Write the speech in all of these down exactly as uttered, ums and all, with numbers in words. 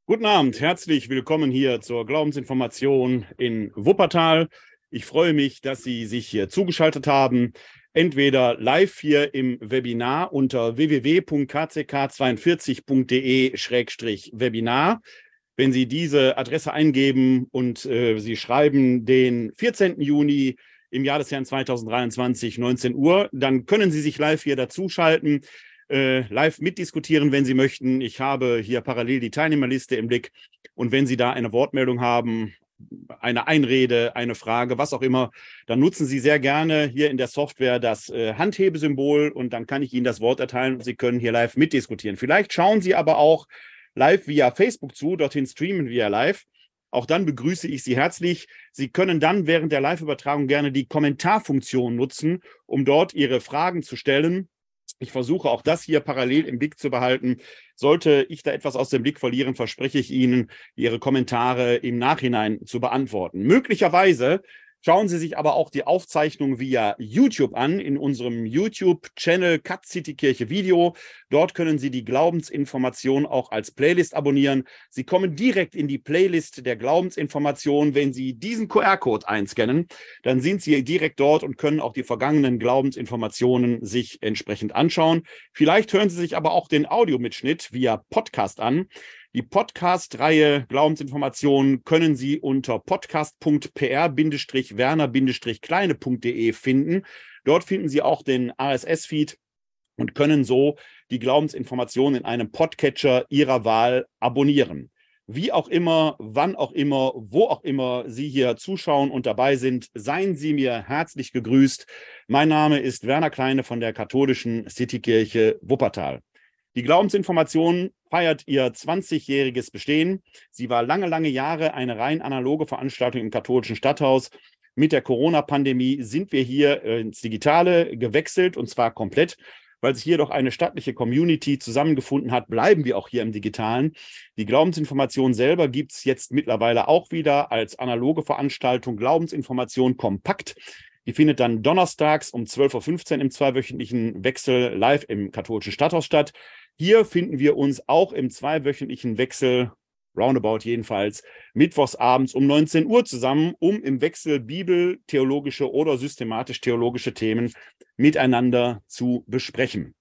Guten Abend, herzlich willkommen hier zur Glaubensinformation in Wuppertal. Ich freue mich, dass Sie sich hier zugeschaltet haben, entweder live hier im Webinar unter w w w punkt k c k zweiundvierzig punkt d e Schrägstrich Webinar. Wenn Sie diese Adresse eingeben und äh, Sie schreiben den vierzehnten Juni im Jahr des Herrn zweitausenddreiundzwanzig, neunzehn Uhr, dann können Sie sich live hier dazuschalten. Äh, live mitdiskutieren, wenn Sie möchten. Ich habe hier parallel die Teilnehmerliste im Blick. Und wenn Sie da eine Wortmeldung haben, eine Einrede, eine Frage, was auch immer, dann nutzen Sie sehr gerne hier in der Software das äh, Handhebesymbol und dann kann ich Ihnen das Wort erteilen und Sie können hier live mitdiskutieren. Vielleicht schauen Sie aber auch live via Facebook zu, dorthin streamen wir live. Auch dann begrüße ich Sie herzlich. Sie können dann während der Live-Übertragung gerne die Kommentarfunktion nutzen, um dort Ihre Fragen zu stellen. Ich versuche auch das hier parallel im Blick zu behalten. Sollte ich da etwas aus dem Blick verlieren, verspreche ich Ihnen, Ihre Kommentare im Nachhinein zu beantworten. Möglicherweise schauen Sie sich aber auch die Aufzeichnung via YouTube an, in unserem YouTube-Channel Cut City Kirche Video. Dort können Sie die Glaubensinformation auch als Playlist abonnieren. Sie kommen direkt in die Playlist der Glaubensinformation. Wenn Sie diesen Q R-Code einscannen, dann sind Sie direkt dort und können auch die vergangenen Glaubensinformationen sich entsprechend anschauen. Vielleicht hören Sie sich aber auch den Audiomitschnitt via Podcast an. Die Podcast-Reihe Glaubensinformationen können Sie unter podcast punkt p r Bindestrich werner Bindestrich kleine punkt d e finden. Dort finden Sie auch den R S S-Feed und können so die Glaubensinformationen in einem Podcatcher Ihrer Wahl abonnieren. Wie auch immer, wann auch immer, wo auch immer Sie hier zuschauen und dabei sind, seien Sie mir herzlich gegrüßt. Mein Name ist Werner Kleine von der katholischen Citykirche Wuppertal. Die Glaubensinformation feiert ihr zwanzigjähriges Bestehen. Sie war lange, lange Jahre eine rein analoge Veranstaltung im katholischen Stadthaus. Mit der Corona-Pandemie sind wir hier ins Digitale gewechselt, und zwar komplett. Weil sich hier doch eine stattliche Community zusammengefunden hat, bleiben wir auch hier im Digitalen. Die Glaubensinformation selber gibt es jetzt mittlerweile auch wieder als analoge Veranstaltung Glaubensinformation kompakt. Die findet dann donnerstags um zwölf Uhr fünfzehn im zweiwöchentlichen Wechsel live im katholischen Stadthaus statt. Hier finden wir uns auch im zweiwöchentlichen Wechsel, roundabout jedenfalls, mittwochs abends um neunzehn Uhr zusammen, um im Wechsel Bibel, theologische oder systematisch-theologische Themen miteinander zu besprechen.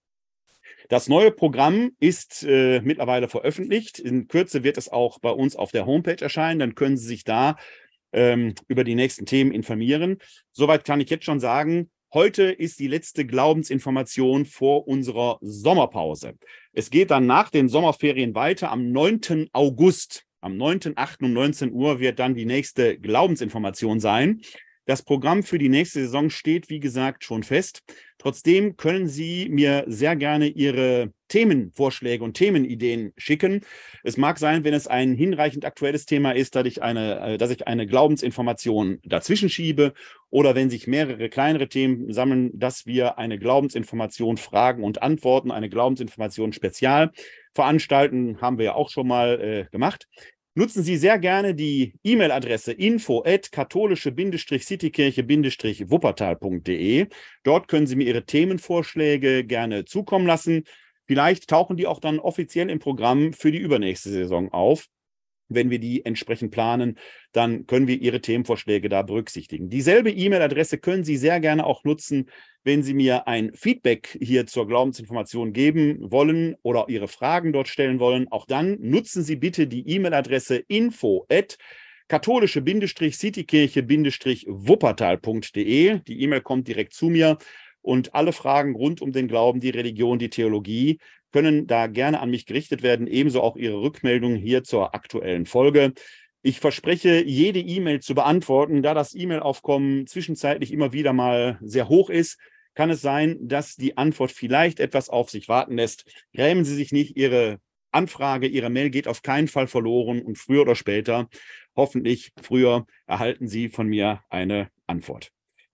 Das neue Programm ist äh, mittlerweile veröffentlicht. In Kürze wird es auch bei uns auf der Homepage erscheinen. Dann können Sie sich da ähm, über die nächsten Themen informieren. Soweit kann ich jetzt schon sagen, heute ist die letzte Glaubensinformation vor unserer Sommerpause. Es geht dann nach den Sommerferien weiter. Am neunten August, am neunten achten um neunzehn Uhr wird dann die nächste Glaubensinformation sein. Das Programm für die nächste Saison steht, wie gesagt, schon fest. Trotzdem können Sie mir sehr gerne Ihre Themenvorschläge und Themenideen schicken. Es mag sein, wenn es ein hinreichend aktuelles Thema ist, dass ich eine, dass ich eine Glaubensinformation dazwischen schiebe, oder wenn sich mehrere kleinere Themen sammeln, dass wir eine Glaubensinformation Fragen und Antworten, eine Glaubensinformation Spezial veranstalten, haben wir ja auch schon mal äh, gemacht. Nutzen Sie sehr gerne die E-Mail-Adresse info at katholische Citykirche Wuppertal punkt d e. Dort können Sie mir Ihre Themenvorschläge gerne zukommen lassen. Vielleicht tauchen die auch dann offiziell im Programm für die übernächste Saison auf. Wenn wir die entsprechend planen, dann können wir Ihre Themenvorschläge da berücksichtigen. Dieselbe E-Mail-Adresse können Sie sehr gerne auch nutzen, wenn Sie mir ein Feedback hier zur Glaubensinformation geben wollen oder Ihre Fragen dort stellen wollen. Auch dann nutzen Sie bitte die E-Mail-Adresse info at katholische Citykirche Wuppertal punkt d e. Die E-Mail kommt direkt zu mir. Und alle Fragen rund um den Glauben, die Religion, die Theologie können da gerne an mich gerichtet werden. Ebenso auch Ihre Rückmeldungen hier zur aktuellen Folge. Ich verspreche, jede E-Mail zu beantworten. Da das E-Mail-Aufkommen zwischenzeitlich immer wieder mal sehr hoch ist, kann es sein, dass die Antwort vielleicht etwas auf sich warten lässt. Grämen Sie sich nicht, Ihre Anfrage, Ihre Mail geht auf keinen Fall verloren und früher oder später, hoffentlich früher, erhalten Sie von mir eine Antwort.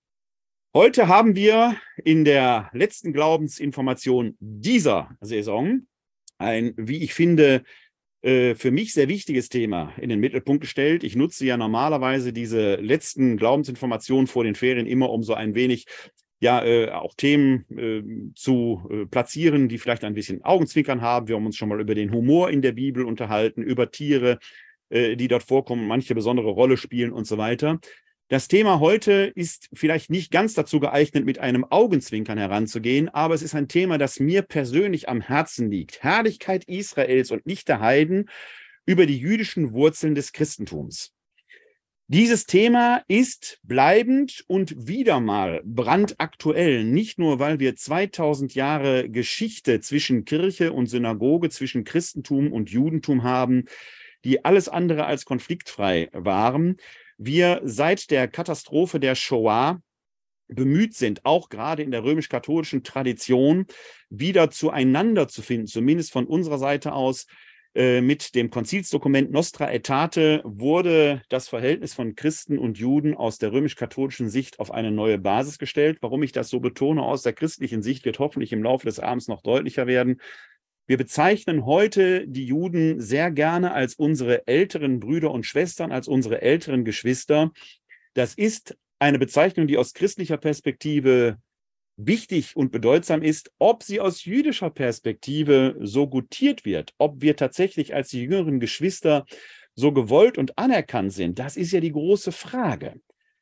Heute haben wir in der letzten Glaubensinformation dieser Saison ein, wie ich finde, für mich sehr wichtiges Thema in den Mittelpunkt gestellt. Ich nutze ja normalerweise diese letzten Glaubensinformationen vor den Ferien immer, um so ein wenig ja äh, auch Themen äh, zu äh, platzieren, die vielleicht ein bisschen Augenzwinkern haben. Wir haben uns schon mal über den Humor in der Bibel unterhalten, über Tiere, äh, die dort vorkommen, manche besondere Rolle spielen und so weiter. Das Thema heute ist vielleicht nicht ganz dazu geeignet, mit einem Augenzwinkern heranzugehen, aber es ist ein Thema, das mir persönlich am Herzen liegt. Herrlichkeit Israels und nicht der Heiden über die jüdischen Wurzeln des Christentums. Dieses Thema ist bleibend und wieder mal brandaktuell, nicht nur, weil wir zweitausend Jahre Geschichte zwischen Kirche und Synagoge, zwischen Christentum und Judentum haben, die alles andere als konfliktfrei waren. Wir seit der Katastrophe der Shoah bemüht sind, auch gerade in der römisch-katholischen Tradition, wieder zueinander zu finden, zumindest von unserer Seite aus. Äh, mit dem Konzilsdokument Nostra Aetate wurde das Verhältnis von Christen und Juden aus der römisch-katholischen Sicht auf eine neue Basis gestellt. Warum ich das so betone, aus der christlichen Sicht, wird hoffentlich im Laufe des Abends noch deutlicher werden. Wir bezeichnen heute die Juden sehr gerne als unsere älteren Brüder und Schwestern, als unsere älteren Geschwister. Das ist eine Bezeichnung, die aus christlicher Perspektive wichtig und bedeutsam ist. Ob sie aus jüdischer Perspektive so gutiert wird, ob wir tatsächlich als die jüngeren Geschwister so gewollt und anerkannt sind, das ist ja die große Frage.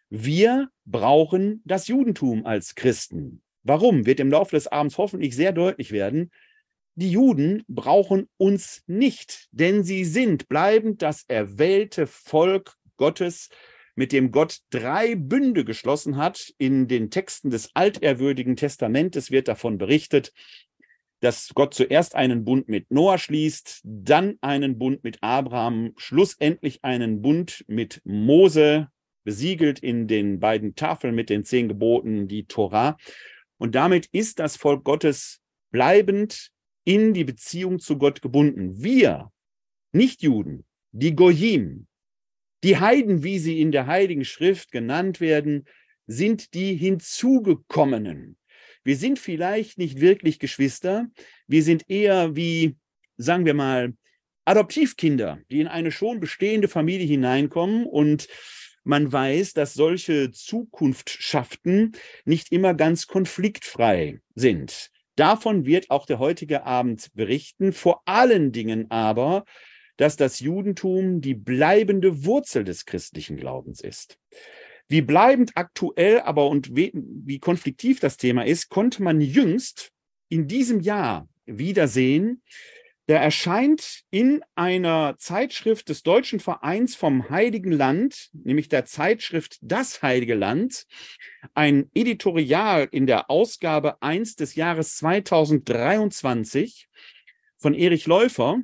Wir brauchen das Judentum als Christen. Warum? Wird im Laufe des Abends hoffentlich sehr deutlich werden. Die Juden brauchen uns nicht, denn sie sind bleibend das erwählte Volk Gottes, mit dem Gott drei Bünde geschlossen hat. In den Texten des altehrwürdigen Testamentes wird davon berichtet, dass Gott zuerst einen Bund mit Noah schließt, dann einen Bund mit Abraham, schlussendlich einen Bund mit Mose, besiegelt in den beiden Tafeln mit den zehn Geboten, die Torah. Und damit ist das Volk Gottes bleibend in die Beziehung zu Gott gebunden. Wir, Nichtjuden, die Goyim, die Heiden, wie sie in der Heiligen Schrift genannt werden, sind die Hinzugekommenen. Wir sind vielleicht nicht wirklich Geschwister, wir sind eher wie, sagen wir mal, Adoptivkinder, die in eine schon bestehende Familie hineinkommen, und man weiß, dass solche Zukunftschaften nicht immer ganz konfliktfrei sind. Davon wird auch der heutige Abend berichten, vor allen Dingen aber, dass das Judentum die bleibende Wurzel des christlichen Glaubens ist. Wie bleibend aktuell aber und wie, wie konfliktiv das Thema ist, konnte man jüngst in diesem Jahr wiedersehen. Da erscheint in einer Zeitschrift des Deutschen Vereins vom Heiligen Land, nämlich der Zeitschrift Das Heilige Land, ein Editorial in der Ausgabe eins des Jahres zweitausenddreiundzwanzig von Erich Läufer,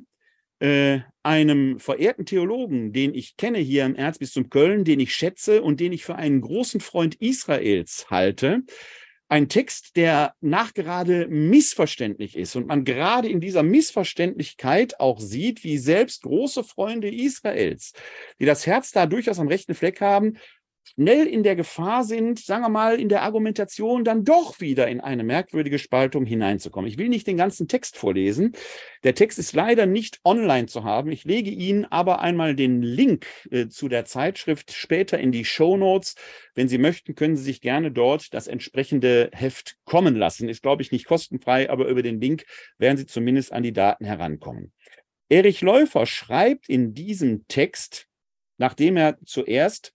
äh, einem verehrten Theologen, den ich kenne hier im Erzbistum Köln, den ich schätze und den ich für einen großen Freund Israels halte. Ein Text, der nachgerade missverständlich ist und man gerade in dieser Missverständlichkeit auch sieht, wie selbst große Freunde Israels, die das Herz da durchaus am rechten Fleck haben, schnell in der Gefahr sind, sagen wir mal, in der Argumentation dann doch wieder in eine merkwürdige Spaltung hineinzukommen. Ich will nicht den ganzen Text vorlesen. Der Text ist leider nicht online zu haben. Ich lege Ihnen aber einmal den Link äh, zu der Zeitschrift später in die Shownotes. Wenn Sie möchten, können Sie sich gerne dort das entsprechende Heft kommen lassen. Ist, glaube ich, nicht kostenfrei, aber über den Link werden Sie zumindest an die Daten herankommen. Erich Läufer schreibt in diesem Text, nachdem er zuerst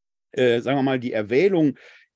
Äh, sagen wir mal, die Erwählung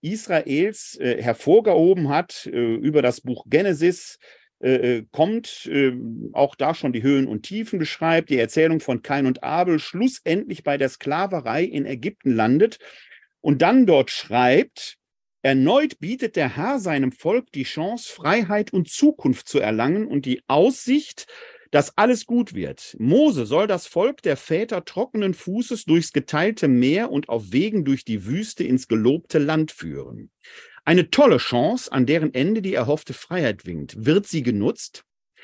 Israels äh, hervorgehoben hat, äh, über das Buch Genesis äh, kommt, äh, auch da schon die Höhen und Tiefen beschreibt, die Erzählung von Kain und Abel, schlussendlich bei der Sklaverei in Ägypten landet und dann dort schreibt: Erneut bietet der Herr seinem Volk die Chance, Freiheit und Zukunft zu erlangen und die Aussicht, dass alles gut wird. Mose soll das Volk der Väter trockenen Fußes durchs geteilte Meer und auf Wegen durch die Wüste ins gelobte Land führen. Eine tolle Chance, an deren Ende die erhoffte Freiheit winkt. Wird sie genutzt?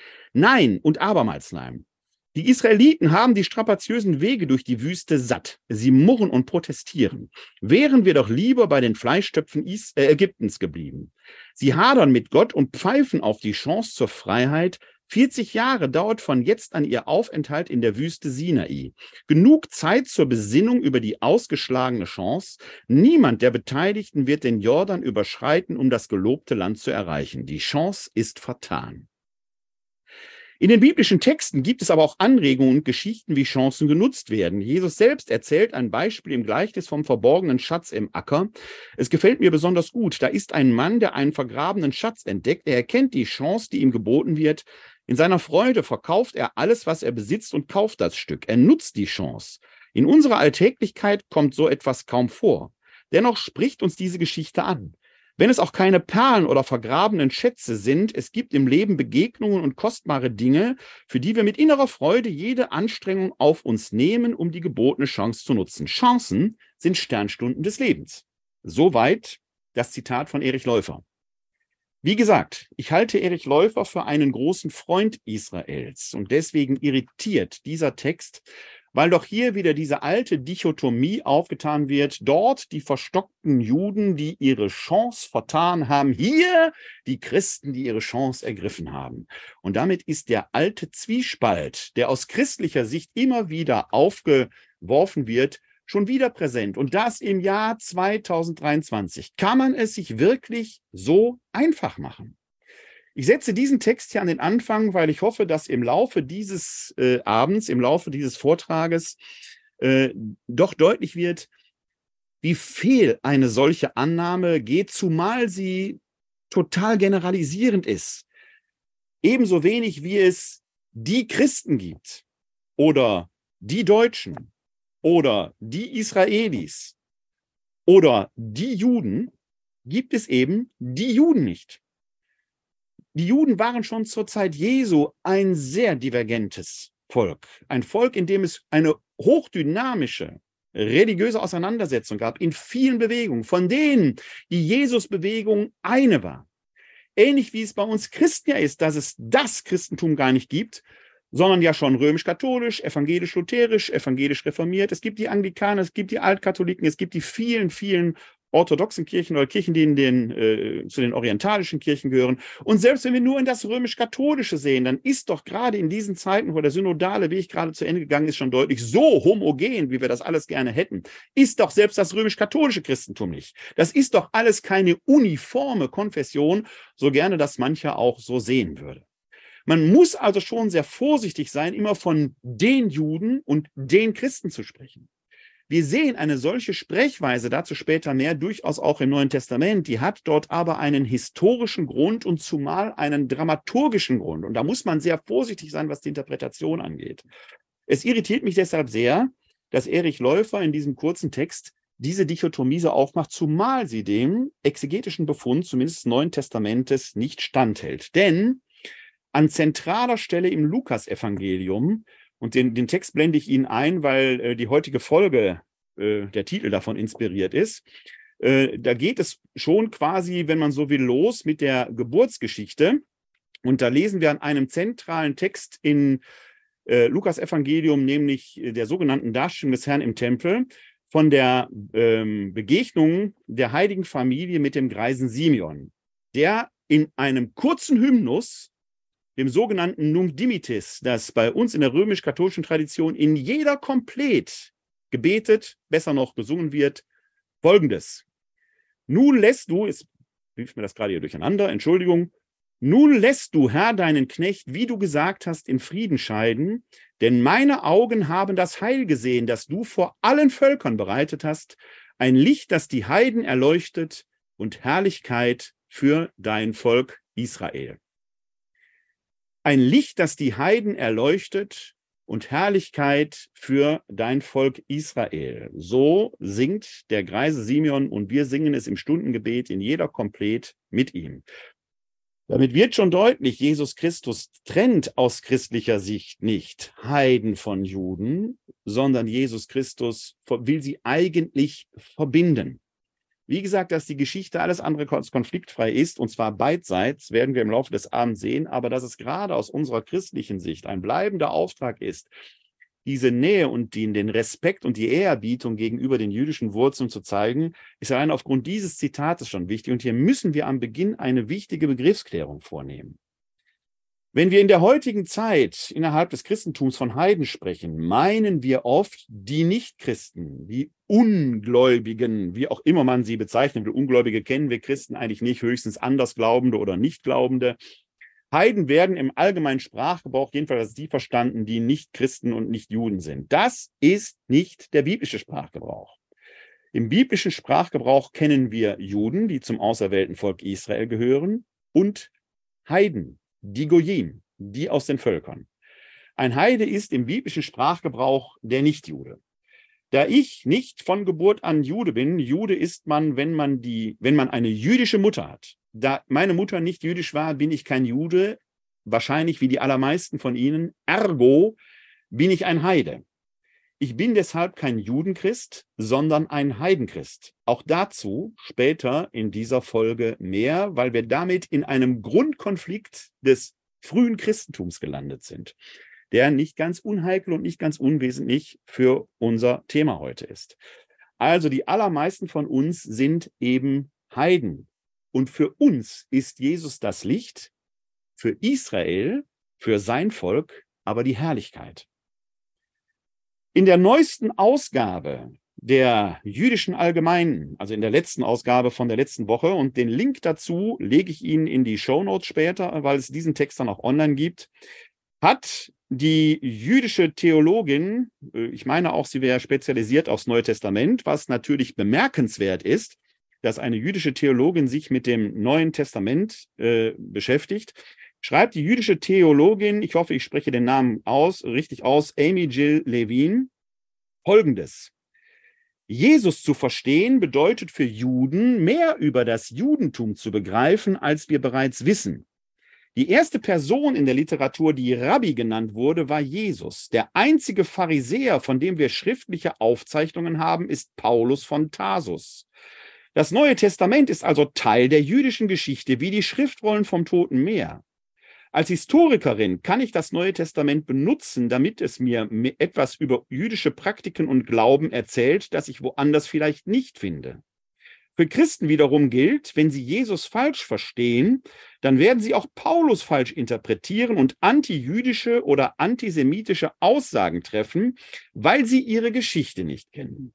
Nein und abermals nein. Die Israeliten haben die strapaziösen Wege durch die Wüste satt. Sie murren und protestieren. Wären wir doch lieber bei den Fleischtöpfen Is- äh, Ägyptens geblieben. Sie hadern mit Gott und pfeifen auf die Chance zur Freiheit, vierzig Jahre dauert von jetzt an ihr Aufenthalt in der Wüste Sinai. Genug Zeit zur Besinnung über die ausgeschlagene Chance. Niemand der Beteiligten wird den Jordan überschreiten, um das gelobte Land zu erreichen. Die Chance ist vertan. In den biblischen Texten gibt es aber auch Anregungen und Geschichten, wie Chancen genutzt werden. Jesus selbst erzählt ein Beispiel im Gleichnis vom verborgenen Schatz im Acker. Es gefällt mir besonders gut. Da ist ein Mann, der einen vergrabenen Schatz entdeckt. Er erkennt die Chance, die ihm geboten wird. In seiner Freude verkauft er alles, was er besitzt, und kauft das Stück. Er nutzt die Chance. In unserer Alltäglichkeit kommt so etwas kaum vor. Dennoch spricht uns diese Geschichte an. Wenn es auch keine Perlen oder vergrabenen Schätze sind, es gibt im Leben Begegnungen und kostbare Dinge, für die wir mit innerer Freude jede Anstrengung auf uns nehmen, um die gebotene Chance zu nutzen. Chancen sind Sternstunden des Lebens. Soweit das Zitat von Erich Läufer. Wie gesagt, ich halte Erich Läufer für einen großen Freund Israels und deswegen irritiert dieser Text, weil doch hier wieder diese alte Dichotomie aufgetan wird. Dort die verstockten Juden, die ihre Chance vertan haben. Hier die Christen, die ihre Chance ergriffen haben. Und damit ist der alte Zwiespalt, der aus christlicher Sicht immer wieder aufgeworfen wird, schon wieder präsent. Und das im Jahr zweitausenddreiundzwanzig. Kann man es sich wirklich so einfach machen? Ich setze diesen Text hier an den Anfang, weil ich hoffe, dass im Laufe dieses äh, Abends, im Laufe dieses Vortrages äh, doch deutlich wird, wie fehl eine solche Annahme geht, zumal sie total generalisierend ist. Ebenso wenig wie es die Christen gibt oder die Deutschen oder die Israelis oder die Juden, gibt es eben die Juden nicht. Die Juden waren schon zur Zeit Jesu ein sehr divergentes Volk. Ein Volk, in dem es eine hochdynamische religiöse Auseinandersetzung gab, in vielen Bewegungen, von denen die Jesus-Bewegung eine war. Ähnlich wie es bei uns Christen ja ist, dass es das Christentum gar nicht gibt, sondern ja schon römisch-katholisch, evangelisch-lutherisch, evangelisch-reformiert. Es gibt die Anglikaner, es gibt die Altkatholiken, es gibt die vielen, vielen orthodoxen Kirchen oder Kirchen, die in den, äh, zu den orientalischen Kirchen gehören. Und selbst wenn wir nur in das römisch-katholische sehen, dann ist doch gerade in diesen Zeiten, wo der synodale Weg gerade zu Ende gegangen ist, schon deutlich so homogen, wie wir das alles gerne hätten, ist doch selbst das römisch-katholische Christentum nicht. Das ist doch alles keine uniforme Konfession, so gerne das mancher auch so sehen würde. Man muss also schon sehr vorsichtig sein, immer von den Juden und den Christen zu sprechen. Wir sehen eine solche Sprechweise, dazu später mehr, durchaus auch im Neuen Testament. Die hat dort aber einen historischen Grund und zumal einen dramaturgischen Grund. Und da muss man sehr vorsichtig sein, was die Interpretation angeht. Es irritiert mich deshalb sehr, dass Erich Läufer in diesem kurzen Text diese Dichotomie so aufmacht, zumal sie dem exegetischen Befund, zumindest des Neuen Testamentes, nicht standhält. Denn an zentraler Stelle im Lukasevangelium, und den, den Text blende ich Ihnen ein, weil äh, die heutige Folge, äh, der Titel davon inspiriert ist. Äh, da geht es schon quasi, wenn man so will, los mit der Geburtsgeschichte. Und da lesen wir an einem zentralen Text in äh, Lukasevangelium, nämlich der sogenannten Darstellung des Herrn im Tempel, von der ähm, Begegnung der heiligen Familie mit dem greisen Simeon, der in einem kurzen Hymnus, dem sogenannten Nunc Dimittis, das bei uns in der römisch-katholischen Tradition in jeder Komplett gebetet, besser noch gesungen wird, Folgendes. Nun lässt du, jetzt hilft mir das gerade hier durcheinander, Entschuldigung, nun lässt du, Herr, deinen Knecht, wie du gesagt hast, in Frieden scheiden, denn meine Augen haben das Heil gesehen, das du vor allen Völkern bereitet hast, ein Licht, das die Heiden erleuchtet und Herrlichkeit für dein Volk Israel. Ein Licht, das die Heiden erleuchtet und Herrlichkeit für dein Volk Israel. So singt der greise Simeon und wir singen es im Stundengebet in jeder Komplett mit ihm. Damit wird schon deutlich, Jesus Christus trennt aus christlicher Sicht nicht Heiden von Juden, sondern Jesus Christus will sie eigentlich verbinden. Wie gesagt, dass die Geschichte alles andere als konfliktfrei ist, und zwar beidseits, werden wir im Laufe des Abends sehen, aber dass es gerade aus unserer christlichen Sicht ein bleibender Auftrag ist, diese Nähe und den, den Respekt und die Ehrerbietung gegenüber den jüdischen Wurzeln zu zeigen, ist allein aufgrund dieses Zitates schon wichtig. Und hier müssen wir am Beginn eine wichtige Begriffsklärung vornehmen. Wenn wir in der heutigen Zeit innerhalb des Christentums von Heiden sprechen, meinen wir oft die Nichtchristen, die Ungläubigen, wie auch immer man sie bezeichnen will. Ungläubige kennen wir Christen eigentlich nicht, höchstens Andersglaubende oder Nichtglaubende. Heiden werden im allgemeinen Sprachgebrauch jedenfalls als die verstanden, die nicht Christen und nicht Juden sind. Das ist nicht der biblische Sprachgebrauch. Im biblischen Sprachgebrauch kennen wir Juden, die zum auserwählten Volk Israel gehören, und Heiden, die Goyim, die aus den Völkern. Ein Heide ist im biblischen Sprachgebrauch der Nichtjude. Da ich nicht von Geburt an Jude bin, Jude ist man, wenn man, die, wenn man eine jüdische Mutter hat. Da meine Mutter nicht jüdisch war, bin ich kein Jude, wahrscheinlich wie die allermeisten von Ihnen. Ergo bin ich ein Heide. Ich bin deshalb kein Judenchrist, sondern ein Heidenchrist. Auch dazu später in dieser Folge mehr, weil wir damit in einem Grundkonflikt des frühen Christentums gelandet sind, der nicht ganz unheikel und nicht ganz unwesentlich für unser Thema heute ist. Also die allermeisten von uns sind eben Heiden. Und für uns ist Jesus das Licht, für Israel, für sein Volk, aber die Herrlichkeit. In der neuesten Ausgabe der Jüdischen Allgemeinen, also in der letzten Ausgabe von der letzten Woche, und den Link dazu lege ich Ihnen in die Shownotes später, weil es diesen Text dann auch online gibt, hat die jüdische Theologin, ich meine auch, sie wäre spezialisiert aufs Neue Testament, was natürlich bemerkenswert ist, dass eine jüdische Theologin sich mit dem Neuen Testament äh, beschäftigt, schreibt die jüdische Theologin, ich hoffe, ich spreche den Namen aus, richtig aus, Amy Jill Levine, Folgendes. Jesus zu verstehen bedeutet für Juden, mehr über das Judentum zu begreifen, als wir bereits wissen. Die erste Person in der Literatur, die Rabbi genannt wurde, war Jesus. Der einzige Pharisäer, von dem wir schriftliche Aufzeichnungen haben, ist Paulus von Tarsus. Das Neue Testament ist also Teil der jüdischen Geschichte, wie die Schriftrollen vom Toten Meer. Als Historikerin kann ich das Neue Testament benutzen, damit es mir etwas über jüdische Praktiken und Glauben erzählt, das ich woanders vielleicht nicht finde. Für Christen wiederum gilt, wenn sie Jesus falsch verstehen, dann werden sie auch Paulus falsch interpretieren und antijüdische oder antisemitische Aussagen treffen, weil sie ihre Geschichte nicht kennen.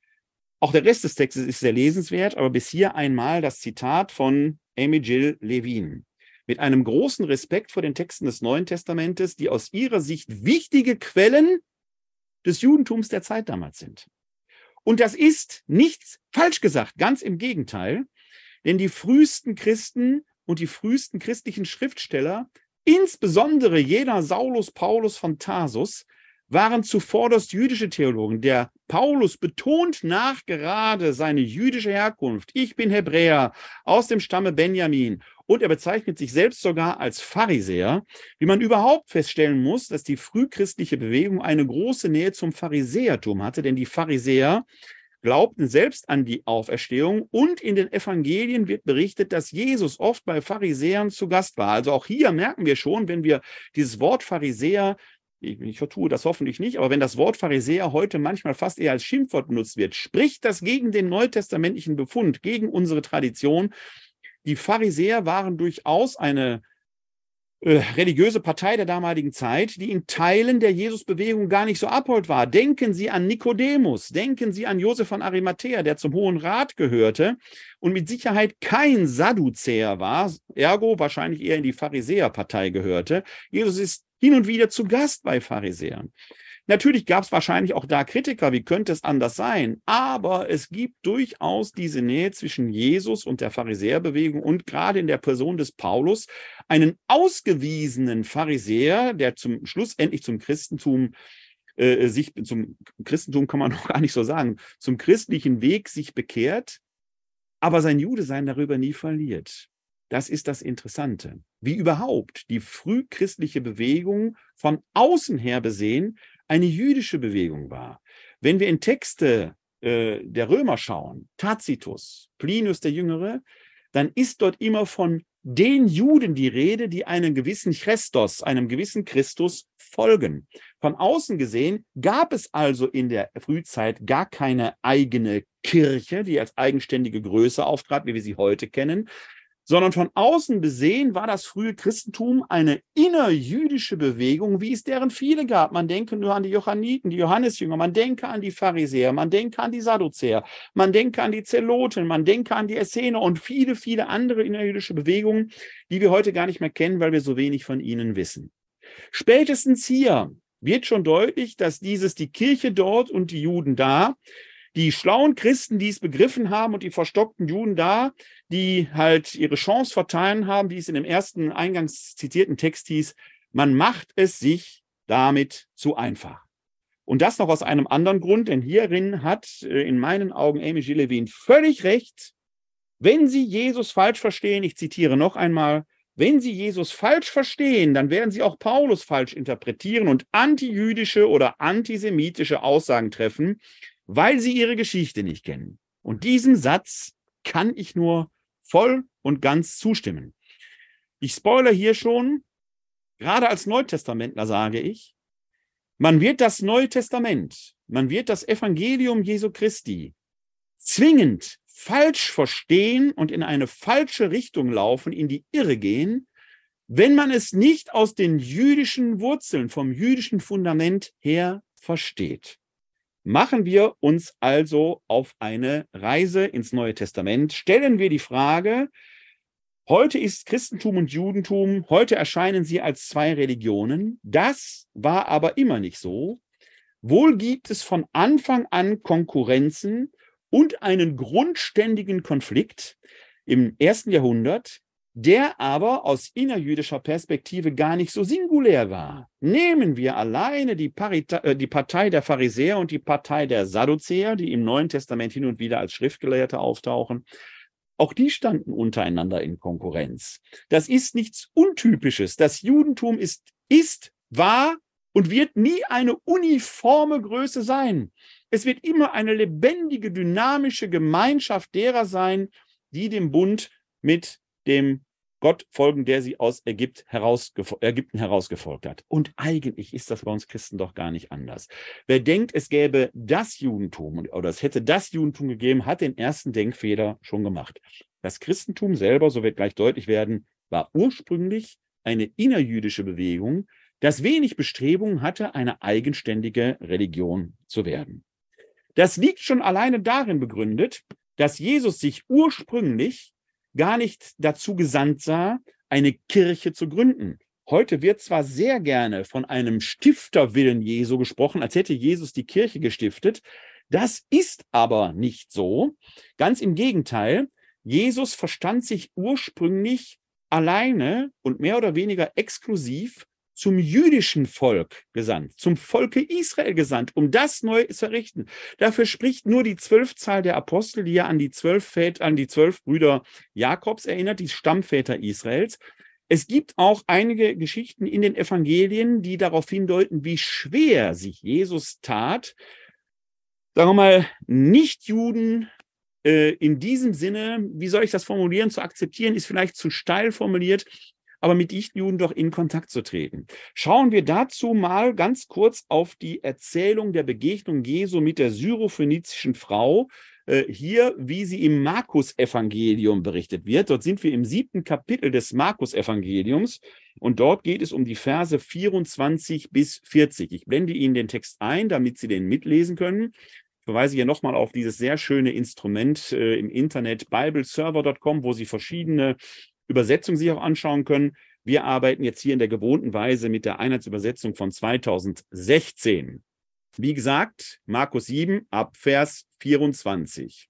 Auch der Rest des Textes ist sehr lesenswert, aber bis hier einmal das Zitat von Amy Jill Levine. Mit einem großen Respekt vor den Texten des Neuen Testamentes, die aus ihrer Sicht wichtige Quellen des Judentums der Zeit damals sind. Und das ist nichts falsch gesagt, ganz im Gegenteil, denn die frühesten Christen und die frühesten christlichen Schriftsteller, insbesondere jener Saulus Paulus von Tarsus, waren zuvorderst jüdische Theologen. Der Paulus betont nachgerade seine jüdische Herkunft. Ich bin Hebräer aus dem Stamme Benjamin. Und er bezeichnet sich selbst sogar als Pharisäer, wie man überhaupt feststellen muss, dass die frühchristliche Bewegung eine große Nähe zum Pharisäertum hatte, denn die Pharisäer glaubten selbst an die Auferstehung und in den Evangelien wird berichtet, dass Jesus oft bei Pharisäern zu Gast war. Also auch hier merken wir schon, wenn wir dieses Wort Pharisäer, ich, ich vertue das hoffentlich nicht, aber wenn das Wort Pharisäer heute manchmal fast eher als Schimpfwort benutzt wird, spricht das gegen den neutestamentlichen Befund, gegen unsere Tradition. Die Pharisäer waren durchaus eine äh, religiöse Partei der damaligen Zeit, die in Teilen der Jesusbewegung gar nicht so abhold war. Denken Sie an Nikodemus, denken Sie an Josef von Arimathäa, der zum Hohen Rat gehörte und mit Sicherheit kein Sadduzäer war, ergo wahrscheinlich eher in die Pharisäerpartei gehörte. Jesus ist hin und wieder zu Gast bei Pharisäern. Natürlich gab es wahrscheinlich auch da Kritiker, wie könnte es anders sein? Aber es gibt durchaus diese Nähe zwischen Jesus und der Pharisäerbewegung und gerade in der Person des Paulus einen ausgewiesenen Pharisäer, der zum schlussendlich zum Christentum äh, sich, zum Christentum kann man noch gar nicht so sagen, zum christlichen Weg sich bekehrt, aber sein Judesein darüber nie verliert. Das ist das Interessante. Wie überhaupt die frühchristliche Bewegung von außen her besehen eine jüdische Bewegung war. Wenn wir in Texte äh, der Römer schauen, Tacitus, Plinius der Jüngere, dann ist dort immer von den Juden die Rede, die einem gewissen Christos, einem gewissen Christus folgen. Von außen gesehen gab es also in der Frühzeit gar keine eigene Kirche, die als eigenständige Größe auftrat, wie wir sie heute kennen, sondern von außen besehen war das frühe Christentum eine innerjüdische Bewegung, wie es deren viele gab. Man denke nur an die Johanniten, die Johannesjünger, man denke an die Pharisäer, man denke an die Sadduzäer, man denke an die Zeloten, man denke an die Essener und viele, viele andere innerjüdische Bewegungen, die wir heute gar nicht mehr kennen, weil wir so wenig von ihnen wissen. Spätestens hier wird schon deutlich, dass dieses die Kirche dort und die Juden da, die schlauen Christen, die es begriffen haben und die verstockten Juden da, die halt ihre Chance vertan haben, wie es in dem ersten eingangs zitierten Text hieß, man macht es sich damit zu einfach. Und das noch aus einem anderen Grund, denn hierin hat in meinen Augen Amy G. Levine völlig recht, wenn Sie Jesus falsch verstehen, ich zitiere noch einmal, wenn Sie Jesus falsch verstehen, dann werden Sie auch Paulus falsch interpretieren und antijüdische oder antisemitische Aussagen treffen, weil Sie Ihre Geschichte nicht kennen. Und diesem Satz kann ich nur voll und ganz zustimmen. Ich spoilere hier schon, gerade als Neutestamentler sage ich, man wird das Neue Testament, man wird das Evangelium Jesu Christi zwingend falsch verstehen und in eine falsche Richtung laufen, in die Irre gehen, wenn man es nicht aus den jüdischen Wurzeln, vom jüdischen Fundament her versteht. Machen wir uns also auf eine Reise ins Neue Testament. Stellen wir die Frage, heute ist Christentum und Judentum, heute erscheinen sie als zwei Religionen. Das war aber immer nicht so. Wohl gibt es von Anfang an Konkurrenzen und einen grundständigen Konflikt im ersten Jahrhundert, der aber aus innerjüdischer Perspektive gar nicht so singulär war. Nehmen wir alleine die, Parita- äh, die Partei der Pharisäer und die Partei der Sadduzäer, die im Neuen Testament hin und wieder als Schriftgelehrte auftauchen. Auch die standen untereinander in Konkurrenz. Das ist nichts Untypisches. Das Judentum ist, ist, war und wird nie eine uniforme Größe sein. Es wird immer eine lebendige, dynamische Gemeinschaft derer sein, die dem Bund mit dem Gott folgen, der sie aus Ägypten, herausgefol- Ägypten herausgefolgt hat. Und eigentlich ist das bei uns Christen doch gar nicht anders. Wer denkt, es gäbe das Judentum oder es hätte das Judentum gegeben, hat den ersten Denkfehler schon gemacht. Das Christentum selber, so wird gleich deutlich werden, war ursprünglich eine innerjüdische Bewegung, das wenig Bestrebungen hatte, eine eigenständige Religion zu werden. Das liegt schon alleine darin begründet, dass Jesus sich ursprünglich gar nicht dazu gesandt sah, eine Kirche zu gründen. Heute wird zwar sehr gerne von einem Stifterwillen Jesu gesprochen, als hätte Jesus die Kirche gestiftet. Das ist aber nicht so. Ganz im Gegenteil, Jesus verstand sich ursprünglich alleine und mehr oder weniger exklusiv zum jüdischen Volk gesandt, zum Volke Israel gesandt, um das neu zu errichten. Dafür spricht nur die Zwölfzahl der Apostel, die ja an die zwölf Väter, an die zwölf Brüder Jakobs erinnert, die Stammväter Israels. Es gibt auch einige Geschichten in den Evangelien, die darauf hindeuten, wie schwer sich Jesus tat, sagen wir mal, Nichtjuden äh, in diesem Sinne, wie soll ich das formulieren, zu akzeptieren, ist vielleicht zu steil formuliert, aber mit Nichtjuden doch in Kontakt zu treten. Schauen wir dazu mal ganz kurz auf die Erzählung der Begegnung Jesu mit der syrophönizischen Frau, äh, hier, wie sie im Markus-Evangelium berichtet wird. Dort sind wir im siebten Kapitel des Markus-Evangeliums und dort geht es um die Verse vierundzwanzig bis vierzig. Ich blende Ihnen den Text ein, damit Sie den mitlesen können. Ich verweise hier nochmal auf dieses sehr schöne Instrument äh, im Internet, bibleserver punkt com, wo Sie verschiedene Übersetzung sich auch anschauen können. Wir arbeiten jetzt hier in der gewohnten Weise mit der Einheitsübersetzung von zweitausendsechzehn. Wie gesagt, Markus sieben ab Vers vierundzwanzig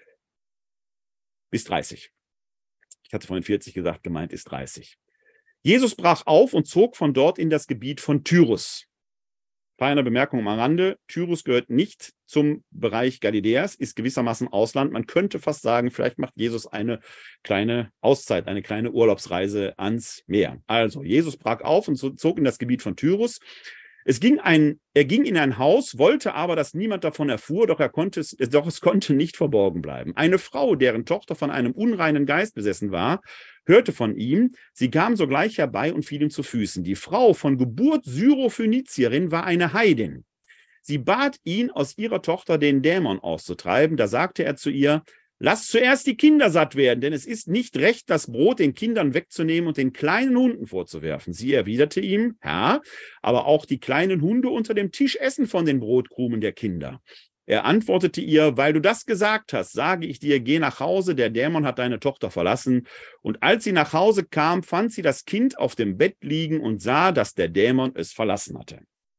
bis dreißig. Ich hatte vorhin vierzig gesagt, gemeint ist dreißig. Jesus brach auf und zog von dort in das Gebiet von Tyrus. Kleine Bemerkung am Rande, Tyrus gehört nicht zum Bereich Galiläas, ist gewissermaßen Ausland. Man könnte fast sagen, vielleicht macht Jesus eine kleine Auszeit, eine kleine Urlaubsreise ans Meer. Also, Jesus brach auf und zog in das Gebiet von Tyrus. Es ging ein, er ging in ein Haus, wollte aber, dass niemand davon erfuhr, doch, er konnte es, doch es konnte nicht verborgen bleiben. Eine Frau, deren Tochter von einem unreinen Geist besessen war, hörte von ihm, sie kam sogleich herbei und fiel ihm zu Füßen. Die Frau, von Geburt Syrophönizierin, war eine Heidin. Sie bat ihn, aus ihrer Tochter den Dämon auszutreiben. Da sagte er zu ihr, Lasst zuerst die Kinder satt werden, denn es ist nicht recht, das Brot den Kindern wegzunehmen und den kleinen Hunden vorzuwerfen. Sie erwiderte ihm, Herr, aber auch die kleinen Hunde unter dem Tisch essen von den Brotkrumen der Kinder. Er antwortete ihr, weil du das gesagt hast, sage ich dir, geh nach Hause, der Dämon hat deine Tochter verlassen. Und als sie nach Hause kam, fand sie das Kind auf dem Bett liegen und sah, dass der Dämon es verlassen hatte.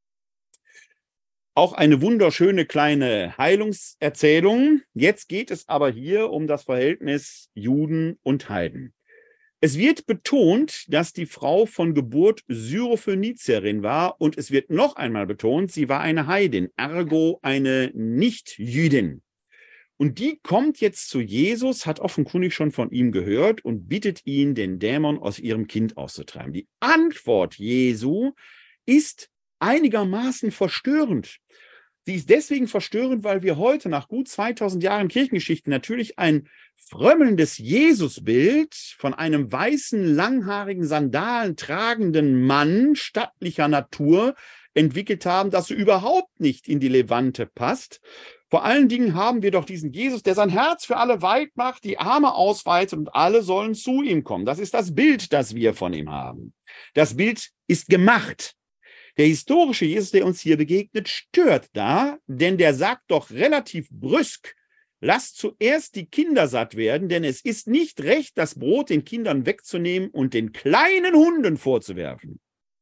Auch eine wunderschöne kleine Heilungserzählung. Jetzt geht es aber hier um das Verhältnis Juden und Heiden. Es wird betont, dass die Frau von Geburt Syrophönizierin war und es wird noch einmal betont, sie war eine Heidin, ergo eine Nicht-Jüdin. Und die kommt jetzt zu Jesus, hat offenkundig schon von ihm gehört und bittet ihn, den Dämon aus ihrem Kind auszutreiben. Die Antwort Jesu ist einigermaßen verstörend. Sie ist deswegen verstörend, weil wir heute nach gut zweitausend Jahren Kirchengeschichte natürlich ein frömmelndes Jesusbild von einem weißen, langhaarigen, Sandalen tragenden Mann stattlicher Natur entwickelt haben, das so überhaupt nicht in die Levante passt. Vor allen Dingen haben wir doch diesen Jesus, der sein Herz für alle weit macht, die Arme ausweitet und alle sollen zu ihm kommen. Das ist das Bild, das wir von ihm haben. Das Bild ist gemacht. Der historische Jesus, der uns hier begegnet, stört da, denn der sagt doch relativ brüsk, lasst zuerst die Kinder satt werden, denn es ist nicht recht, das Brot den Kindern wegzunehmen und den kleinen Hunden vorzuwerfen.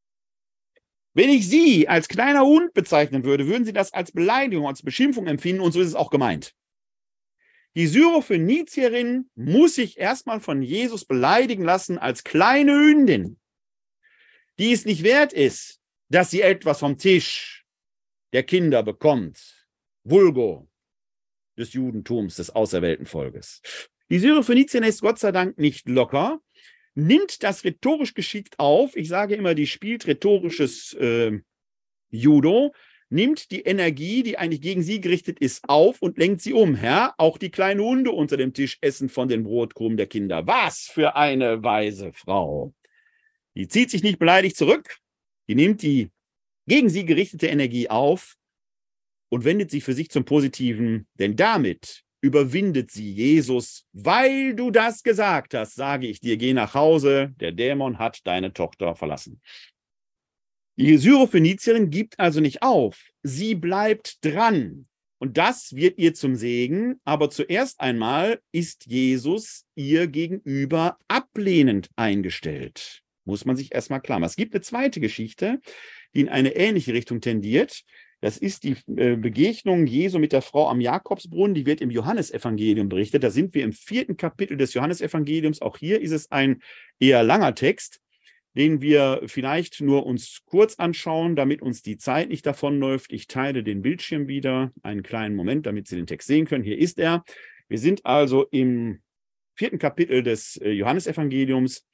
Wenn ich Sie als kleiner Hund bezeichnen würde, würden Sie das als Beleidigung, als Beschimpfung empfinden und so ist es auch gemeint. Die Syrophönizierin muss sich erstmal von Jesus beleidigen lassen als kleine Hündin, die es nicht wert ist, dass sie etwas vom Tisch der Kinder bekommt, vulgo des Judentums, des auserwählten Volkes. Die Syrophönizierin ist Gott sei Dank nicht locker, nimmt das rhetorisch geschickt auf, ich sage immer, die spielt rhetorisches äh, Judo, nimmt die Energie, die eigentlich gegen sie gerichtet ist, auf und lenkt sie um. Herr, auch die kleinen Hunde unter dem Tisch essen von den Brotkrumen der Kinder. Was für eine weise Frau. Die zieht sich nicht beleidigt zurück, die nimmt die gegen sie gerichtete Energie auf und wendet sie für sich zum Positiven, denn damit überwindet sie Jesus. Weil du das gesagt hast, sage ich dir, geh nach Hause, der Dämon hat deine Tochter verlassen. Die Syrophönizierin gibt also nicht auf, sie bleibt dran. Und das wird ihr zum Segen, aber zuerst einmal ist Jesus ihr gegenüber ablehnend eingestellt. Muss man sich erstmal klar machen. Es gibt eine zweite Geschichte, die in eine ähnliche Richtung tendiert. Das ist die äh, Begegnung Jesu mit der Frau am Jakobsbrunnen. Die wird im Johannesevangelium berichtet. Da sind wir im vierten Kapitel des Johannesevangeliums. Auch hier ist es ein eher langer Text, den wir vielleicht nur uns kurz anschauen, damit uns die Zeit nicht davonläuft. Ich teile den Bildschirm wieder. Einen kleinen Moment, damit Sie den Text sehen können. Hier ist er. Wir sind also im vierten Kapitel des äh, Johannesevangeliums.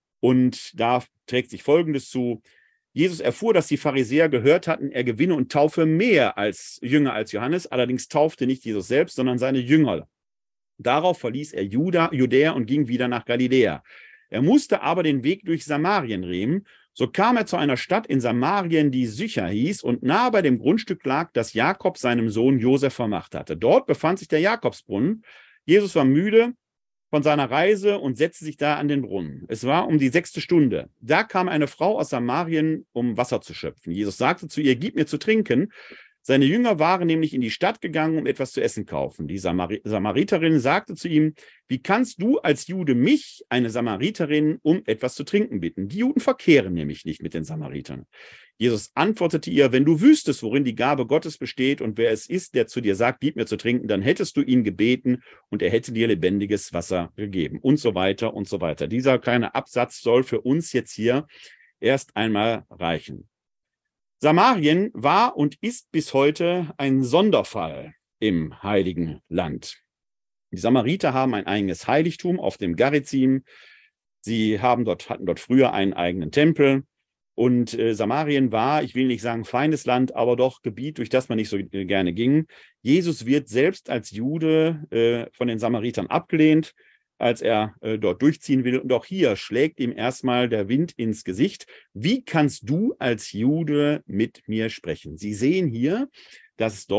Und da trägt sich Folgendes zu. Jesus erfuhr, dass die Pharisäer gehört hatten, er gewinne und taufe mehr als Jünger als Johannes. Allerdings taufte nicht Jesus selbst, sondern seine Jünger. Darauf verließ er Juda, Judäa und ging wieder nach Galiläa. Er musste aber den Weg durch Samarien nehmen. So kam er zu einer Stadt in Samarien, die Sychar hieß, und nahe bei dem Grundstück lag, das Jakob seinem Sohn Josef vermacht hatte. Dort befand sich der Jakobsbrunnen. Jesus war müde von seiner Reise und setzte sich da an den Brunnen. Es war um die sechste Stunde. Da kam eine Frau aus Samarien, um Wasser zu schöpfen. Jesus sagte zu ihr, gib mir zu trinken. Seine Jünger waren nämlich in die Stadt gegangen, um etwas zu essen kaufen. Die Samari- Samariterin sagte zu ihm, wie kannst du als Jude mich, eine Samariterin, um etwas zu trinken bitten? Die Juden verkehren nämlich nicht mit den Samaritern. Jesus antwortete ihr, wenn du wüsstest, worin die Gabe Gottes besteht und wer es ist, der zu dir sagt, gib mir zu trinken, dann hättest du ihn gebeten und er hätte dir lebendiges Wasser gegeben und so weiter und so weiter. Dieser kleine Absatz soll für uns jetzt hier erst einmal reichen. Samarien war und ist bis heute ein Sonderfall im Heiligen Land. Die Samariter haben ein eigenes Heiligtum auf dem Garizim. Sie haben dort, hatten dort früher einen eigenen Tempel. Und äh, Samarien war, ich will nicht sagen Feindesland, aber doch Gebiet, durch das man nicht so äh, gerne ging. Jesus wird selbst als Jude äh, von den Samaritern abgelehnt, als er äh, dort durchziehen will. Und auch hier schlägt ihm erstmal der Wind ins Gesicht. Wie kannst du als Jude mit mir sprechen? Sie sehen hier, dass es dort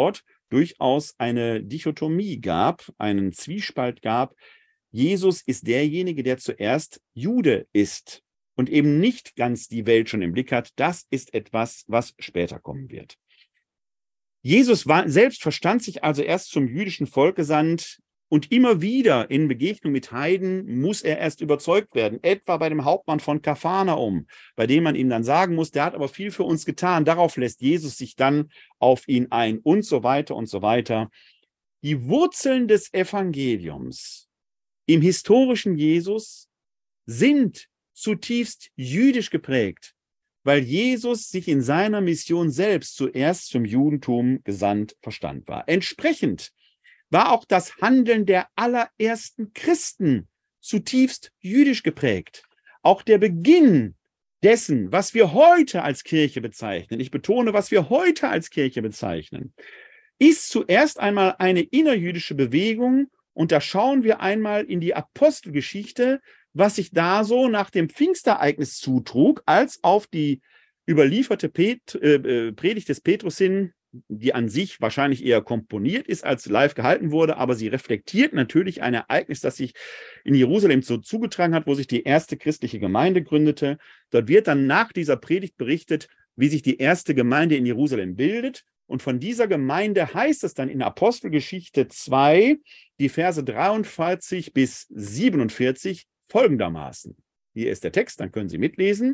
durchaus eine Dichotomie gab, einen Zwiespalt gab. Jesus ist derjenige, der zuerst Jude ist und eben nicht ganz die Welt schon im Blick hat. Das ist etwas, was später kommen wird. Jesus war, selbst verstand sich also erst zum jüdischen Volk gesandt und immer wieder in Begegnung mit Heiden muss er erst überzeugt werden, etwa bei dem Hauptmann von Kapharnaum, bei dem man ihm dann sagen muss, der hat aber viel für uns getan. Darauf lässt Jesus sich dann auf ihn ein und so weiter und so weiter. Die Wurzeln des Evangeliums im historischen Jesus sind zutiefst jüdisch geprägt, weil Jesus sich in seiner Mission selbst zuerst zum Judentum gesandt verstand war. Entsprechend war auch das Handeln der allerersten Christen zutiefst jüdisch geprägt. Auch der Beginn dessen, was wir heute als Kirche bezeichnen, ich betone, was wir heute als Kirche bezeichnen, ist zuerst einmal eine innerjüdische Bewegung. Und da schauen wir einmal in die Apostelgeschichte, was sich da so nach dem Pfingstereignis zutrug, als auf die überlieferte Pet, äh, Predigt des Petrus hin, die an sich wahrscheinlich eher komponiert ist, als live gehalten wurde, aber sie reflektiert natürlich ein Ereignis, das sich in Jerusalem so zugetragen hat, wo sich die erste christliche Gemeinde gründete. Dort wird dann nach dieser Predigt berichtet, wie sich die erste Gemeinde in Jerusalem bildet. Und von dieser Gemeinde heißt es dann in Apostelgeschichte zwei, die Verse dreiundvierzig bis siebenundvierzig, folgendermaßen. Hier ist der Text, dann können Sie mitlesen.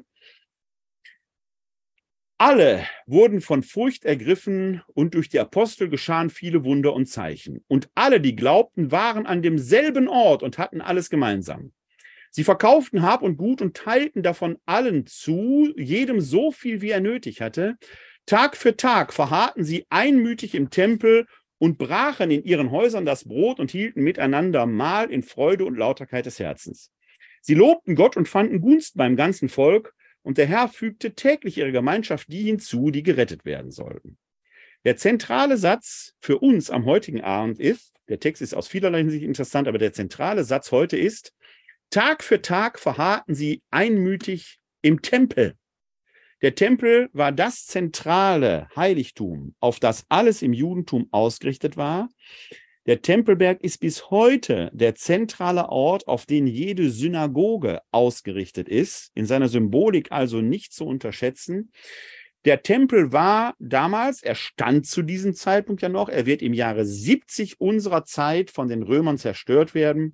Alle wurden von Furcht ergriffen und durch die Apostel geschahen viele Wunder und Zeichen. Und alle, die glaubten, waren an demselben Ort und hatten alles gemeinsam. Sie verkauften Hab und Gut und teilten davon allen zu, jedem so viel, wie er nötig hatte. Tag für Tag verharrten sie einmütig im Tempel und brachen in ihren Häusern das Brot und hielten miteinander Mahl in Freude und Lauterkeit des Herzens. Sie lobten Gott und fanden Gunst beim ganzen Volk, und der Herr fügte täglich ihrer Gemeinschaft die hinzu, die gerettet werden sollten. Der zentrale Satz für uns am heutigen Abend ist, der Text ist aus vielerlei Hinsicht interessant, aber der zentrale Satz heute ist, Tag für Tag verharrten sie einmütig im Tempel. Der Tempel war das zentrale Heiligtum, auf das alles im Judentum ausgerichtet war. Der Tempelberg ist bis heute der zentrale Ort, auf den jede Synagoge ausgerichtet ist, in seiner Symbolik also nicht zu unterschätzen. Der Tempel war damals, er stand zu diesem Zeitpunkt ja noch, er wird im Jahre siebzig unserer Zeit von den Römern zerstört werden,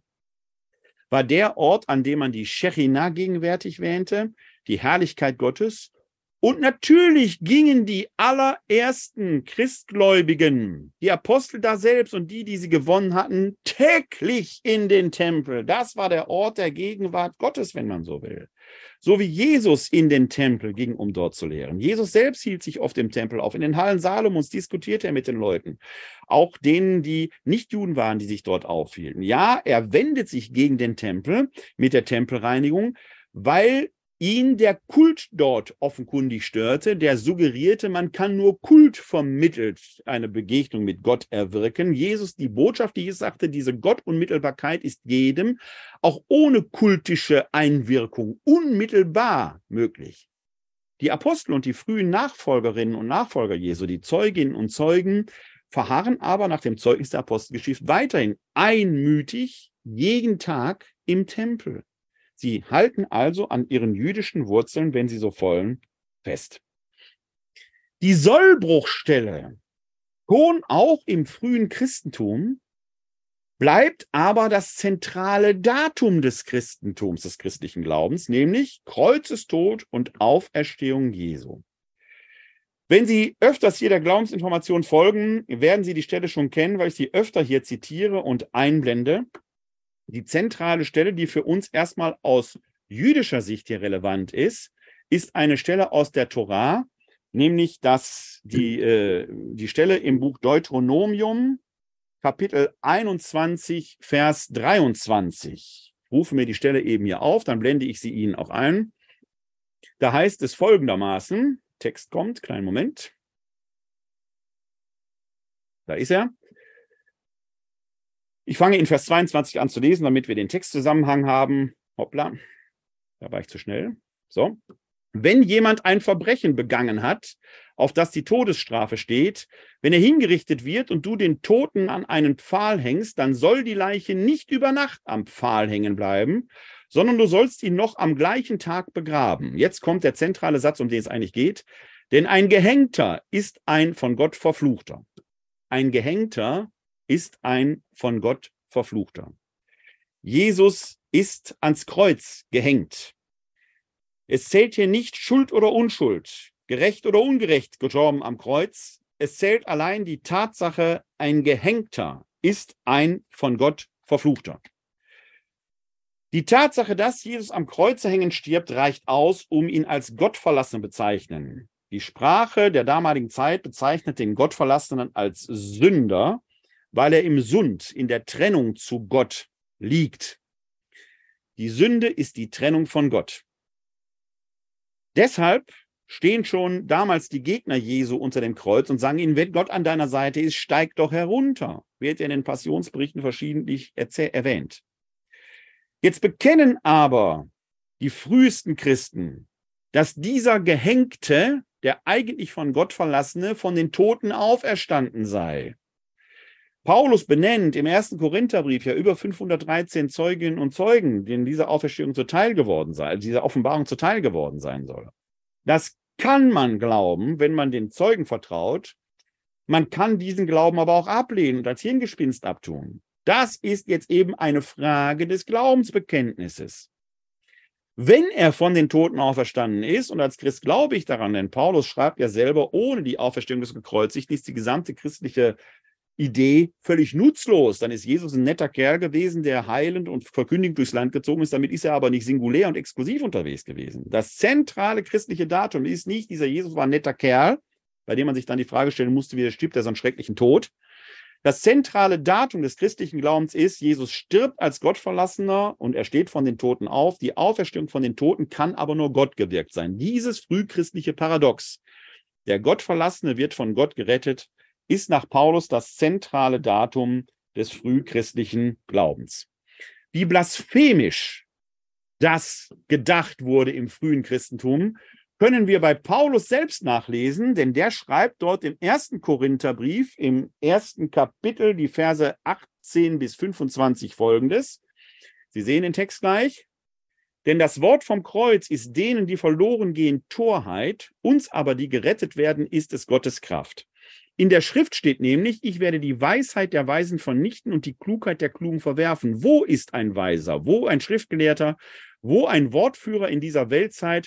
war der Ort, an dem man die Schechinah gegenwärtig wähnte, die Herrlichkeit Gottes. Und natürlich gingen die allerersten Christgläubigen, die Apostel da selbst und die, die sie gewonnen hatten, täglich in den Tempel. Das war der Ort der Gegenwart Gottes, wenn man so will. So wie Jesus in den Tempel ging, um dort zu lehren. Jesus selbst hielt sich oft im Tempel auf. In den Hallen Salomons diskutierte er mit den Leuten, auch denen, die nicht Juden waren, die sich dort aufhielten. Ja, er wendet sich gegen den Tempel mit der Tempelreinigung, weil ihn der Kult dort offenkundig störte, der suggerierte, man kann nur Kult vermittelt eine Begegnung mit Gott erwirken. Jesus, die Botschaft, die Jesus sagte, diese Gottunmittelbarkeit ist jedem, auch ohne kultische Einwirkung, unmittelbar möglich. Die Apostel und die frühen Nachfolgerinnen und Nachfolger Jesu, die Zeuginnen und Zeugen, verharren aber nach dem Zeugnis der Apostelgeschichte weiterhin einmütig jeden Tag im Tempel. Sie halten also an ihren jüdischen Wurzeln, wenn sie so wollen, fest. Die Sollbruchstelle, schon auch im frühen Christentum, bleibt aber das zentrale Datum des Christentums, des christlichen Glaubens, nämlich Kreuzestod und Auferstehung Jesu. Wenn Sie öfters hier der Glaubensinformation folgen, werden Sie die Stelle schon kennen, weil ich sie öfter hier zitiere und einblende. Die zentrale Stelle, die für uns erstmal aus jüdischer Sicht hier relevant ist, ist eine Stelle aus der Tora, nämlich das, die, äh, die Stelle im Buch Deuteronomium, Kapitel einundzwanzig, Vers dreiundzwanzig. Ich rufe mir die Stelle eben hier auf, dann blende ich sie Ihnen auch ein. Da heißt es folgendermaßen, Text kommt, kleinen Moment. Da ist er. Ich fange in Vers zweiundzwanzig an zu lesen, damit wir den Textzusammenhang haben. Hoppla, da war ich zu schnell. So. Wenn jemand ein Verbrechen begangen hat, auf das die Todesstrafe steht, wenn er hingerichtet wird und du den Toten an einen Pfahl hängst, dann soll die Leiche nicht über Nacht am Pfahl hängen bleiben, sondern du sollst ihn noch am gleichen Tag begraben. Jetzt kommt der zentrale Satz, um den es eigentlich geht. Denn ein Gehängter ist ein von Gott Verfluchter. Ein Gehängter ist ein von Gott Verfluchter. Jesus ist ans Kreuz gehängt. Es zählt hier nicht Schuld oder Unschuld, gerecht oder ungerecht gestorben am Kreuz. Es zählt allein die Tatsache, ein Gehängter ist ein von Gott Verfluchter. Die Tatsache, dass Jesus am Kreuze hängend stirbt, reicht aus, um ihn als Gottverlassenen zu bezeichnen. Die Sprache der damaligen Zeit bezeichnet den Gottverlassenen als Sünder, weil er im Sund, in der Trennung zu Gott liegt. Die Sünde ist die Trennung von Gott. Deshalb stehen schon damals die Gegner Jesu unter dem Kreuz und sagen ihnen, wenn Gott an deiner Seite ist, steig doch herunter. Wird ja in den Passionsberichten verschiedentlich erwähnt. Jetzt bekennen aber die frühesten Christen, dass dieser Gehängte, der eigentlich von Gott Verlassene, von den Toten auferstanden sei. Paulus benennt im ersten Korintherbrief ja über fünfhundertdreizehn Zeuginnen und Zeugen, denen diese Auferstehung zuteil geworden sei, also diese Offenbarung zuteil geworden sein soll. Das kann man glauben, wenn man den Zeugen vertraut. Man kann diesen Glauben aber auch ablehnen und als Hirngespinst abtun. Das ist jetzt eben eine Frage des Glaubensbekenntnisses. Wenn er von den Toten auferstanden ist, und als Christ glaube ich daran, denn Paulus schreibt ja selber, ohne die Auferstehung des Gekreuzigten ist die gesamte christliche Idee völlig nutzlos. Dann ist Jesus ein netter Kerl gewesen, der heilend und verkündigend durchs Land gezogen ist. Damit ist er aber nicht singulär und exklusiv unterwegs gewesen. Das zentrale christliche Datum ist nicht, dieser Jesus war ein netter Kerl, bei dem man sich dann die Frage stellen musste, wie er stirbt, er so einen schrecklichen Tod. Das zentrale Datum des christlichen Glaubens ist, Jesus stirbt als Gottverlassener und er steht von den Toten auf. Die Auferstehung von den Toten kann aber nur Gott gewirkt sein. Dieses frühchristliche Paradox, der Gottverlassene wird von Gott gerettet, ist nach Paulus das zentrale Datum des frühchristlichen Glaubens. Wie blasphemisch das gedacht wurde im frühen Christentum, können wir bei Paulus selbst nachlesen, denn der schreibt dort im ersten Korintherbrief, im ersten Kapitel, die Verse achtzehn bis fünfundzwanzig folgendes. Sie sehen den Text gleich. Denn das Wort vom Kreuz ist denen, die verloren gehen, Torheit, uns aber, die gerettet werden, ist es Gottes Kraft. In der Schrift steht nämlich, ich werde die Weisheit der Weisen vernichten und die Klugheit der Klugen verwerfen. Wo ist ein Weiser? Wo ein Schriftgelehrter? Wo ein Wortführer in dieser Weltzeit?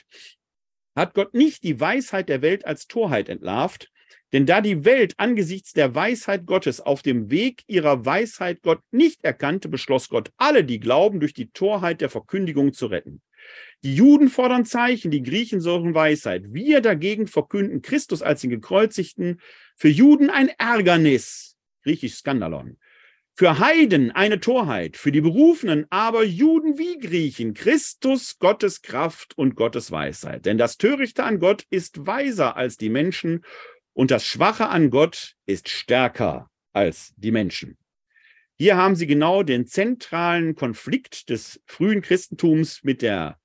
Hat Gott nicht die Weisheit der Welt als Torheit entlarvt? Denn da die Welt angesichts der Weisheit Gottes auf dem Weg ihrer Weisheit Gott nicht erkannte, beschloss Gott, alle, die glauben, durch die Torheit der Verkündigung zu retten. Die Juden fordern Zeichen, die Griechen suchen Weisheit. Wir dagegen verkünden Christus als den Gekreuzigten, für Juden ein Ärgernis, griechisch Skandalon, für Heiden eine Torheit, für die Berufenen aber Juden wie Griechen, Christus Gottes Kraft und Gottes Weisheit. Denn das Törichte an Gott ist weiser als die Menschen und das Schwache an Gott ist stärker als die Menschen. Hier haben Sie genau den zentralen Konflikt des frühen Christentums mit der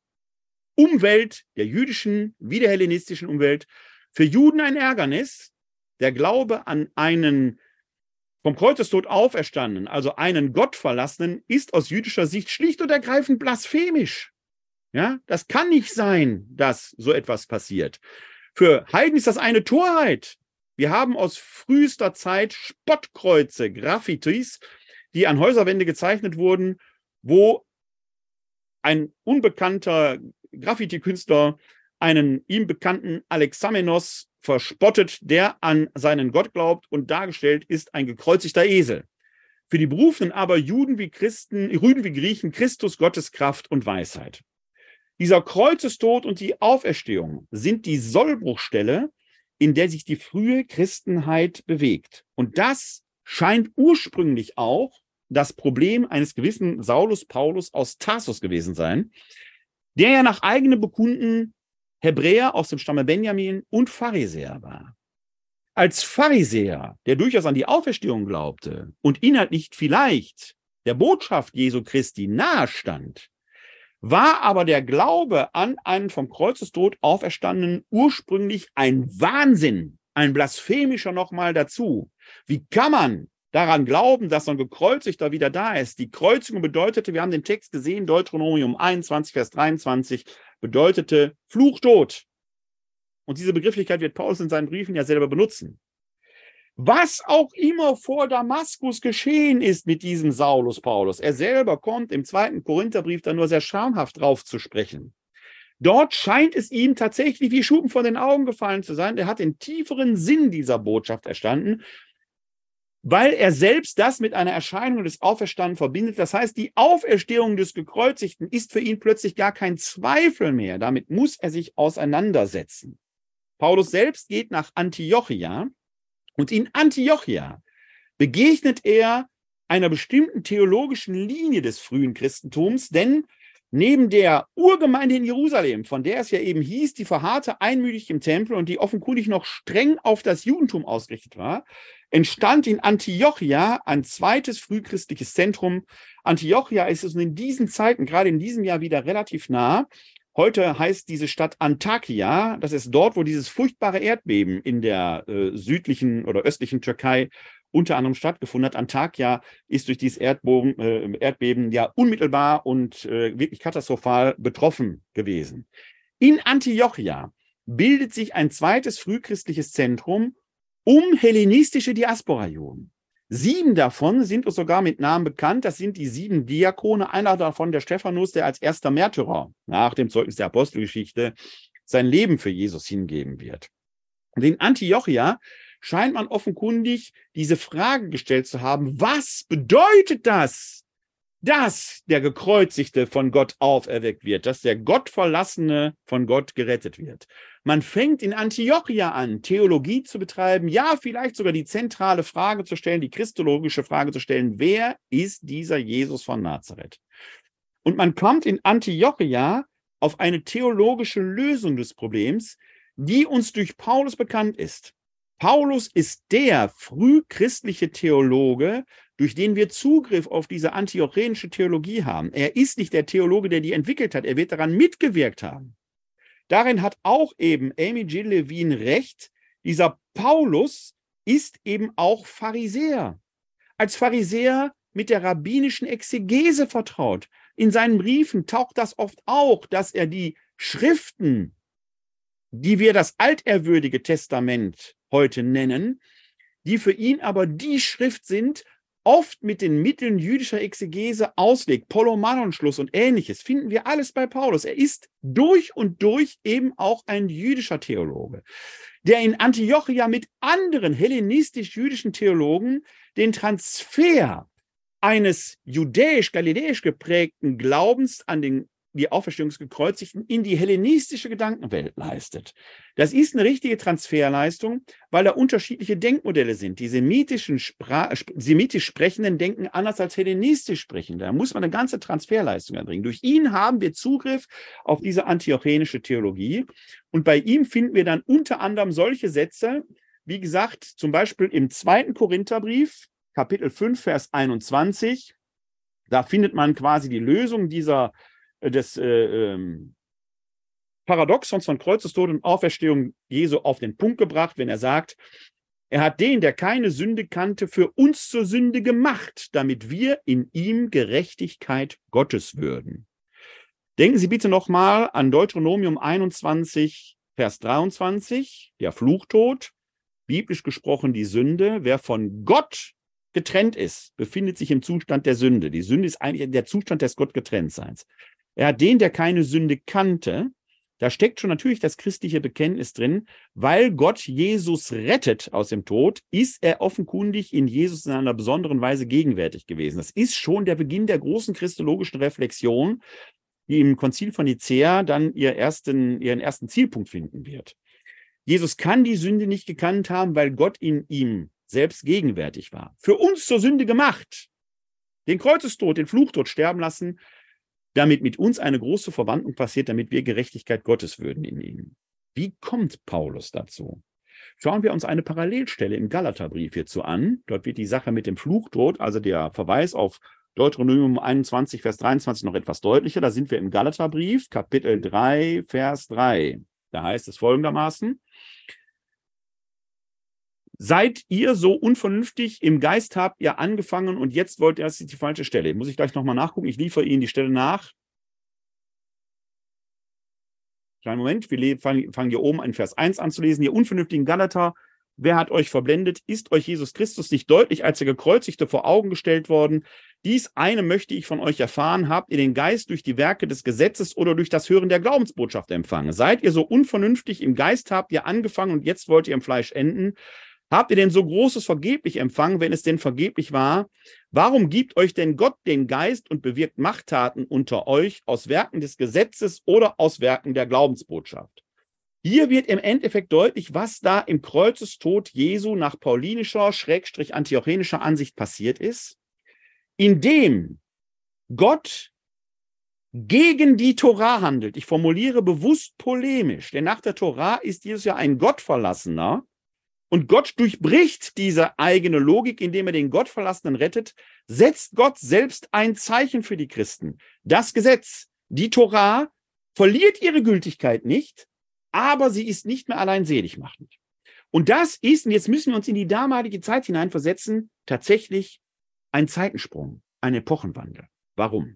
Umwelt, der jüdischen, wie der hellenistischen Umwelt. Für Juden ein Ärgernis, der Glaube an einen vom Kreuzestod auferstanden, also einen Gottverlassenen, ist aus jüdischer Sicht schlicht und ergreifend blasphemisch. Ja, das kann nicht sein, dass so etwas passiert. Für Heiden ist das eine Torheit. Wir haben aus frühester Zeit Spottkreuze, Graffitis, die an Häuserwände gezeichnet wurden, wo ein unbekannter Graffiti-Künstler einen ihm bekannten Alexamenos verspottet, der an seinen Gott glaubt, und dargestellt ist ein gekreuzigter Esel. Für die Berufenen aber Juden wie Christen, Juden wie Griechen, Christus, Gottes Kraft und Weisheit. Dieser Kreuzestod und die Auferstehung sind die Sollbruchstelle, in der sich die frühe Christenheit bewegt. Und das scheint ursprünglich auch das Problem eines gewissen Saulus Paulus aus Tarsus gewesen sein, der ja nach eigenem Bekunden Hebräer aus dem Stamme Benjamin und Pharisäer war. Als Pharisäer, der durchaus an die Auferstehung glaubte und inhaltlich vielleicht der Botschaft Jesu Christi nahe stand, War aber der Glaube an einen vom Kreuzestod Auferstandenen ursprünglich ein Wahnsinn, ein blasphemischer nochmal dazu. Wie kann man daran glauben, dass so ein Gekreuzigter wieder da ist? Die Kreuzigung bedeutete, wir haben den Text gesehen, Deuteronomium einundzwanzig, Vers dreiundzwanzig, bedeutete Fluchtod. Und diese Begrifflichkeit wird Paulus in seinen Briefen ja selber benutzen. Was auch immer vor Damaskus geschehen ist mit diesem Saulus Paulus, er selber kommt im zweiten Korintherbrief dann nur sehr schamhaft drauf zu sprechen. Dort scheint es ihm tatsächlich wie Schuppen von den Augen gefallen zu sein. Er hat den tieferen Sinn dieser Botschaft erstanden, weil er selbst das mit einer Erscheinung des Auferstandenen verbindet. Das heißt, die Auferstehung des Gekreuzigten ist für ihn plötzlich gar kein Zweifel mehr. Damit muss er sich auseinandersetzen. Paulus selbst geht nach Antiochia. Und in Antiochia begegnet er einer bestimmten theologischen Linie des frühen Christentums, denn neben der Urgemeinde in Jerusalem, von der es ja eben hieß, die verharrte einmütig im Tempel und die offenkundig noch streng auf das Judentum ausgerichtet war, entstand in Antiochia ein zweites frühchristliches Zentrum. Antiochia ist es in diesen Zeiten, gerade in diesem Jahr, wieder relativ nah. Heute heißt diese Stadt Antakya. Das ist dort, wo dieses furchtbare Erdbeben in der äh, südlichen oder östlichen Türkei unter anderem stattgefunden hat. Antakya ist durch dieses Erdbogen, äh, Erdbeben ja unmittelbar und äh, wirklich katastrophal betroffen gewesen. In Antiochia bildet sich ein zweites frühchristliches Zentrum um hellenistische Diaspora-Juden. Sieben davon sind uns sogar mit Namen bekannt. Das sind die sieben Diakone. Einer davon, der Stephanus, der als erster Märtyrer nach dem Zeugnis der Apostelgeschichte sein Leben für Jesus hingeben wird. Und in Antiochia scheint man offenkundig diese Frage gestellt zu haben: Was bedeutet das, dass der Gekreuzigte von Gott auferweckt wird, dass der Gottverlassene von Gott gerettet wird? Man fängt in Antiochia an, Theologie zu betreiben, ja, vielleicht sogar die zentrale Frage zu stellen, die christologische Frage zu stellen: Wer ist dieser Jesus von Nazareth? Und man kommt in Antiochia auf eine theologische Lösung des Problems, die uns durch Paulus bekannt ist. Paulus ist der frühchristliche Theologe, durch den wir Zugriff auf diese antiochenische Theologie haben. Er ist nicht der Theologe, der die entwickelt hat, er wird daran mitgewirkt haben. Darin hat auch eben Amy Jill Levine recht. Dieser Paulus ist eben auch Pharisäer. Als Pharisäer mit der rabbinischen Exegese vertraut. In seinen Briefen taucht das oft auch, dass er die Schriften, die wir das altehrwürdige Testament heute nennen, die für ihn aber die Schrift sind, oft mit den Mitteln jüdischer Exegese auslegt, Polomanonschluss und Ähnliches, finden wir alles bei Paulus. Er ist durch und durch eben auch ein jüdischer Theologe, der in Antiochia mit anderen hellenistisch-jüdischen Theologen den Transfer eines judäisch-galiläisch geprägten Glaubens an den die Auferstehung des Gekreuzigten in die hellenistische Gedankenwelt leistet. Das ist eine richtige Transferleistung, weil da unterschiedliche Denkmodelle sind. Die semitischen Spra- semitisch Sprechenden denken anders als hellenistisch Sprechende. Da muss man eine ganze Transferleistung erbringen. Durch ihn haben wir Zugriff auf diese antiochenische Theologie. Und bei ihm finden wir dann unter anderem solche Sätze, wie gesagt, zum Beispiel im zweiten Korintherbrief, Kapitel fünf, Vers einundzwanzig. Da findet man quasi die Lösung dieser des äh, ähm, Paradoxons von Kreuzestod und Auferstehung Jesu auf den Punkt gebracht, wenn er sagt, er hat den, der keine Sünde kannte, für uns zur Sünde gemacht, damit wir in ihm Gerechtigkeit Gottes würden. Denken Sie bitte nochmal an Deuteronomium einundzwanzig, Vers dreiundzwanzig, der Fluchtod, biblisch gesprochen die Sünde. Wer von Gott getrennt ist, befindet sich im Zustand der Sünde. Die Sünde ist eigentlich der Zustand des Gottgetrenntseins. Er hat den, der keine Sünde kannte. Da steckt schon natürlich das christliche Bekenntnis drin. Weil Gott Jesus rettet aus dem Tod, ist er offenkundig in Jesus in einer besonderen Weise gegenwärtig gewesen. Das ist schon der Beginn der großen christologischen Reflexion, die im Konzil von Nicäa dann ihr ersten, ihren ersten Zielpunkt finden wird. Jesus kann die Sünde nicht gekannt haben, weil Gott in ihm selbst gegenwärtig war. Für uns zur Sünde gemacht, den Kreuzestod, den Fluchtod sterben lassen, damit mit uns eine große Verwandlung passiert, damit wir Gerechtigkeit Gottes würden in ihm. Wie kommt Paulus dazu? Schauen wir uns eine Parallelstelle im Galaterbrief hierzu an. Dort wird die Sache mit dem Fluchtod, also der Verweis auf Deuteronomium einundzwanzig, Vers dreiundzwanzig noch etwas deutlicher. Da sind wir im Galaterbrief, Kapitel drei, Vers drei. Da heißt es folgendermaßen: Seid ihr so unvernünftig, im Geist habt ihr angefangen und jetzt wollt ihr, das ist die falsche Stelle. Muss ich gleich nochmal nachgucken, ich liefere Ihnen die Stelle nach. Kleinen Moment, wir fangen hier oben an Vers eins an zu lesen. Ihr unvernünftigen Galater, wer hat euch verblendet? Ist euch Jesus Christus nicht deutlich als der Gekreuzigte vor Augen gestellt worden? Dies eine möchte ich von euch erfahren. Habt ihr den Geist durch die Werke des Gesetzes oder durch das Hören der Glaubensbotschaft empfangen? Seid ihr so unvernünftig, im Geist habt ihr angefangen und jetzt wollt ihr im Fleisch enden? Habt ihr denn so Großes vergeblich empfangen, wenn es denn vergeblich war? Warum gibt euch denn Gott den Geist und bewirkt Machttaten unter euch aus Werken des Gesetzes oder aus Werken der Glaubensbotschaft? Hier wird im Endeffekt deutlich, was da im Kreuzestod Jesu nach paulinischer, schrägstrich antiochenischer Ansicht passiert ist, indem Gott gegen die Tora handelt. Ich formuliere bewusst polemisch, denn nach der Tora ist Jesus ja ein Gottverlassener. Und Gott durchbricht diese eigene Logik, indem er den Gottverlassenen rettet, setzt Gott selbst ein Zeichen für die Christen. Das Gesetz, die Tora, verliert ihre Gültigkeit nicht, aber sie ist nicht mehr allein seligmachend. Und das ist, und jetzt müssen wir uns in die damalige Zeit hineinversetzen, tatsächlich ein Zeitensprung, ein Epochenwandel. Warum?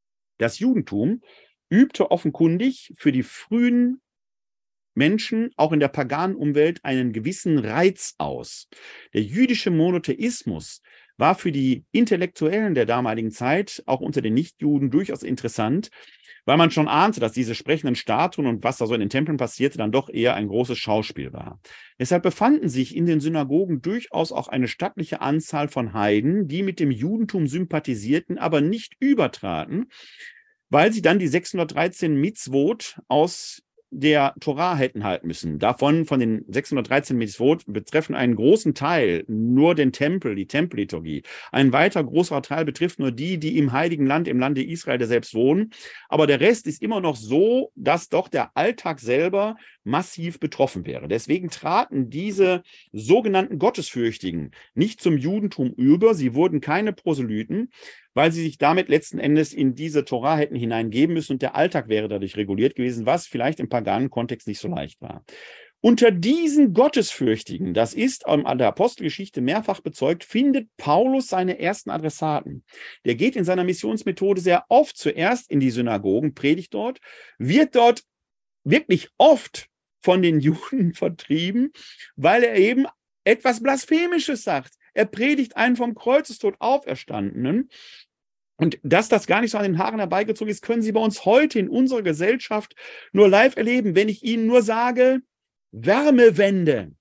Das Judentum übte offenkundig für die frühen Menschen, auch in der paganen Umwelt, einen gewissen Reiz aus. Der jüdische Monotheismus war für die Intellektuellen der damaligen Zeit, auch unter den Nichtjuden, durchaus interessant, weil man schon ahnte, dass diese sprechenden Statuen und was da so in den Tempeln passierte, dann doch eher ein großes Schauspiel war. Deshalb befanden sich in den Synagogen durchaus auch eine stattliche Anzahl von Heiden, die mit dem Judentum sympathisierten, aber nicht übertraten, weil sie dann die sechshundertdreizehn Mitzvot aus der Tora hätten halten müssen. Davon, von den sechshundertdreizehn Mitzvot, betreffen einen großen Teil nur den Tempel, die Tempelliturgie. Ein weiter großer Teil betrifft nur die, die im Heiligen Land, im Lande Israel selbst wohnen. Aber der Rest ist immer noch so, dass doch der Alltag selber massiv betroffen wäre. Deswegen traten diese sogenannten Gottesfürchtigen nicht zum Judentum über. Sie wurden keine Proselyten, weil sie sich damit letzten Endes in diese Tora hätten hineingeben müssen und der Alltag wäre dadurch reguliert gewesen, was vielleicht im paganen Kontext nicht so leicht war. Unter diesen Gottesfürchtigen, das ist an der Apostelgeschichte mehrfach bezeugt, findet Paulus seine ersten Adressaten. Der geht in seiner Missionsmethode sehr oft zuerst in die Synagogen, predigt dort, wird dort wirklich oft von den Juden vertrieben, weil er eben etwas Blasphemisches sagt. Er predigt einen vom Kreuzestod Auferstandenen. Und dass das gar nicht so an den Haaren herbeigezogen ist, können Sie bei uns heute in unserer Gesellschaft nur live erleben, wenn ich Ihnen nur sage, Wärmewende,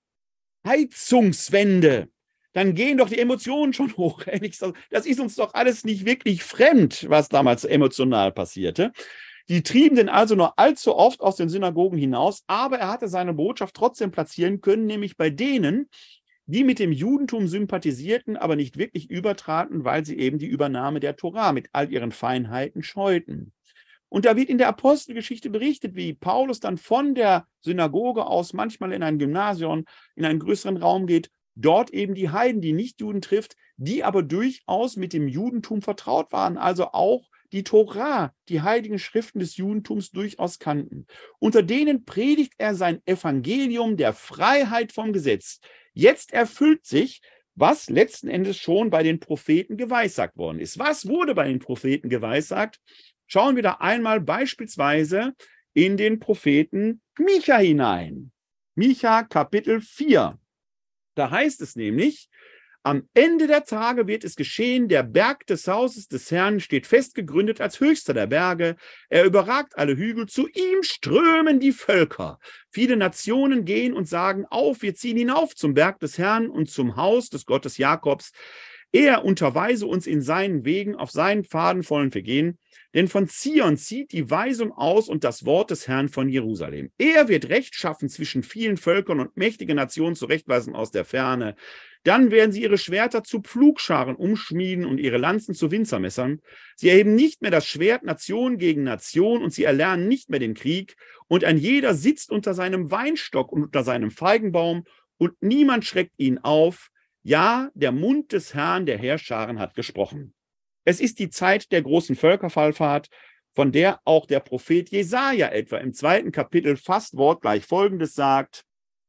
Heizungswende, dann gehen doch die Emotionen schon hoch. Das ist uns doch alles nicht wirklich fremd, was damals emotional passierte. Die trieben den also nur allzu oft aus den Synagogen hinaus, aber er hatte seine Botschaft trotzdem platzieren können, nämlich bei denen, die mit dem Judentum sympathisierten, aber nicht wirklich übertraten, weil sie eben die Übernahme der Tora mit all ihren Feinheiten scheuten. Und da wird in der Apostelgeschichte berichtet, wie Paulus dann von der Synagoge aus manchmal in ein Gymnasium, in einen größeren Raum geht, dort eben die Heiden, die Nicht-Juden trifft, die aber durchaus mit dem Judentum vertraut waren, also auch die Tora, die heiligen Schriften des Judentums durchaus kannten. Unter denen predigt er sein Evangelium der Freiheit vom Gesetz. Jetzt erfüllt sich, was letzten Endes schon bei den Propheten geweissagt worden ist. Was wurde bei den Propheten geweissagt? Schauen wir da einmal beispielsweise in den Propheten Micha hinein. Micha Kapitel vier. Da heißt es nämlich, am Ende der Tage wird es geschehen, der Berg des Hauses des Herrn steht fest gegründet als höchster der Berge. Er überragt alle Hügel, zu ihm strömen die Völker. Viele Nationen gehen und sagen, auf, wir ziehen hinauf zum Berg des Herrn und zum Haus des Gottes Jakobs. Er unterweise uns in seinen Wegen, auf seinen Pfaden wollen wir gehen. Denn von Zion zieht die Weisung aus und das Wort des Herrn von Jerusalem. Er wird Recht schaffen zwischen vielen Völkern und mächtige Nationen zurechtweisen aus der Ferne. Dann werden sie ihre Schwerter zu Pflugscharen umschmieden und ihre Lanzen zu Winzermessern. Sie erheben nicht mehr das Schwert Nation gegen Nation und sie erlernen nicht mehr den Krieg. Und ein jeder sitzt unter seinem Weinstock und unter seinem Feigenbaum und niemand schreckt ihn auf. Ja, der Mund des Herrn, der Heerscharen, hat gesprochen. Es ist die Zeit der großen Völkerwallfahrt, von der auch der Prophet Jesaja etwa im zweiten Kapitel fast wortgleich Folgendes sagt.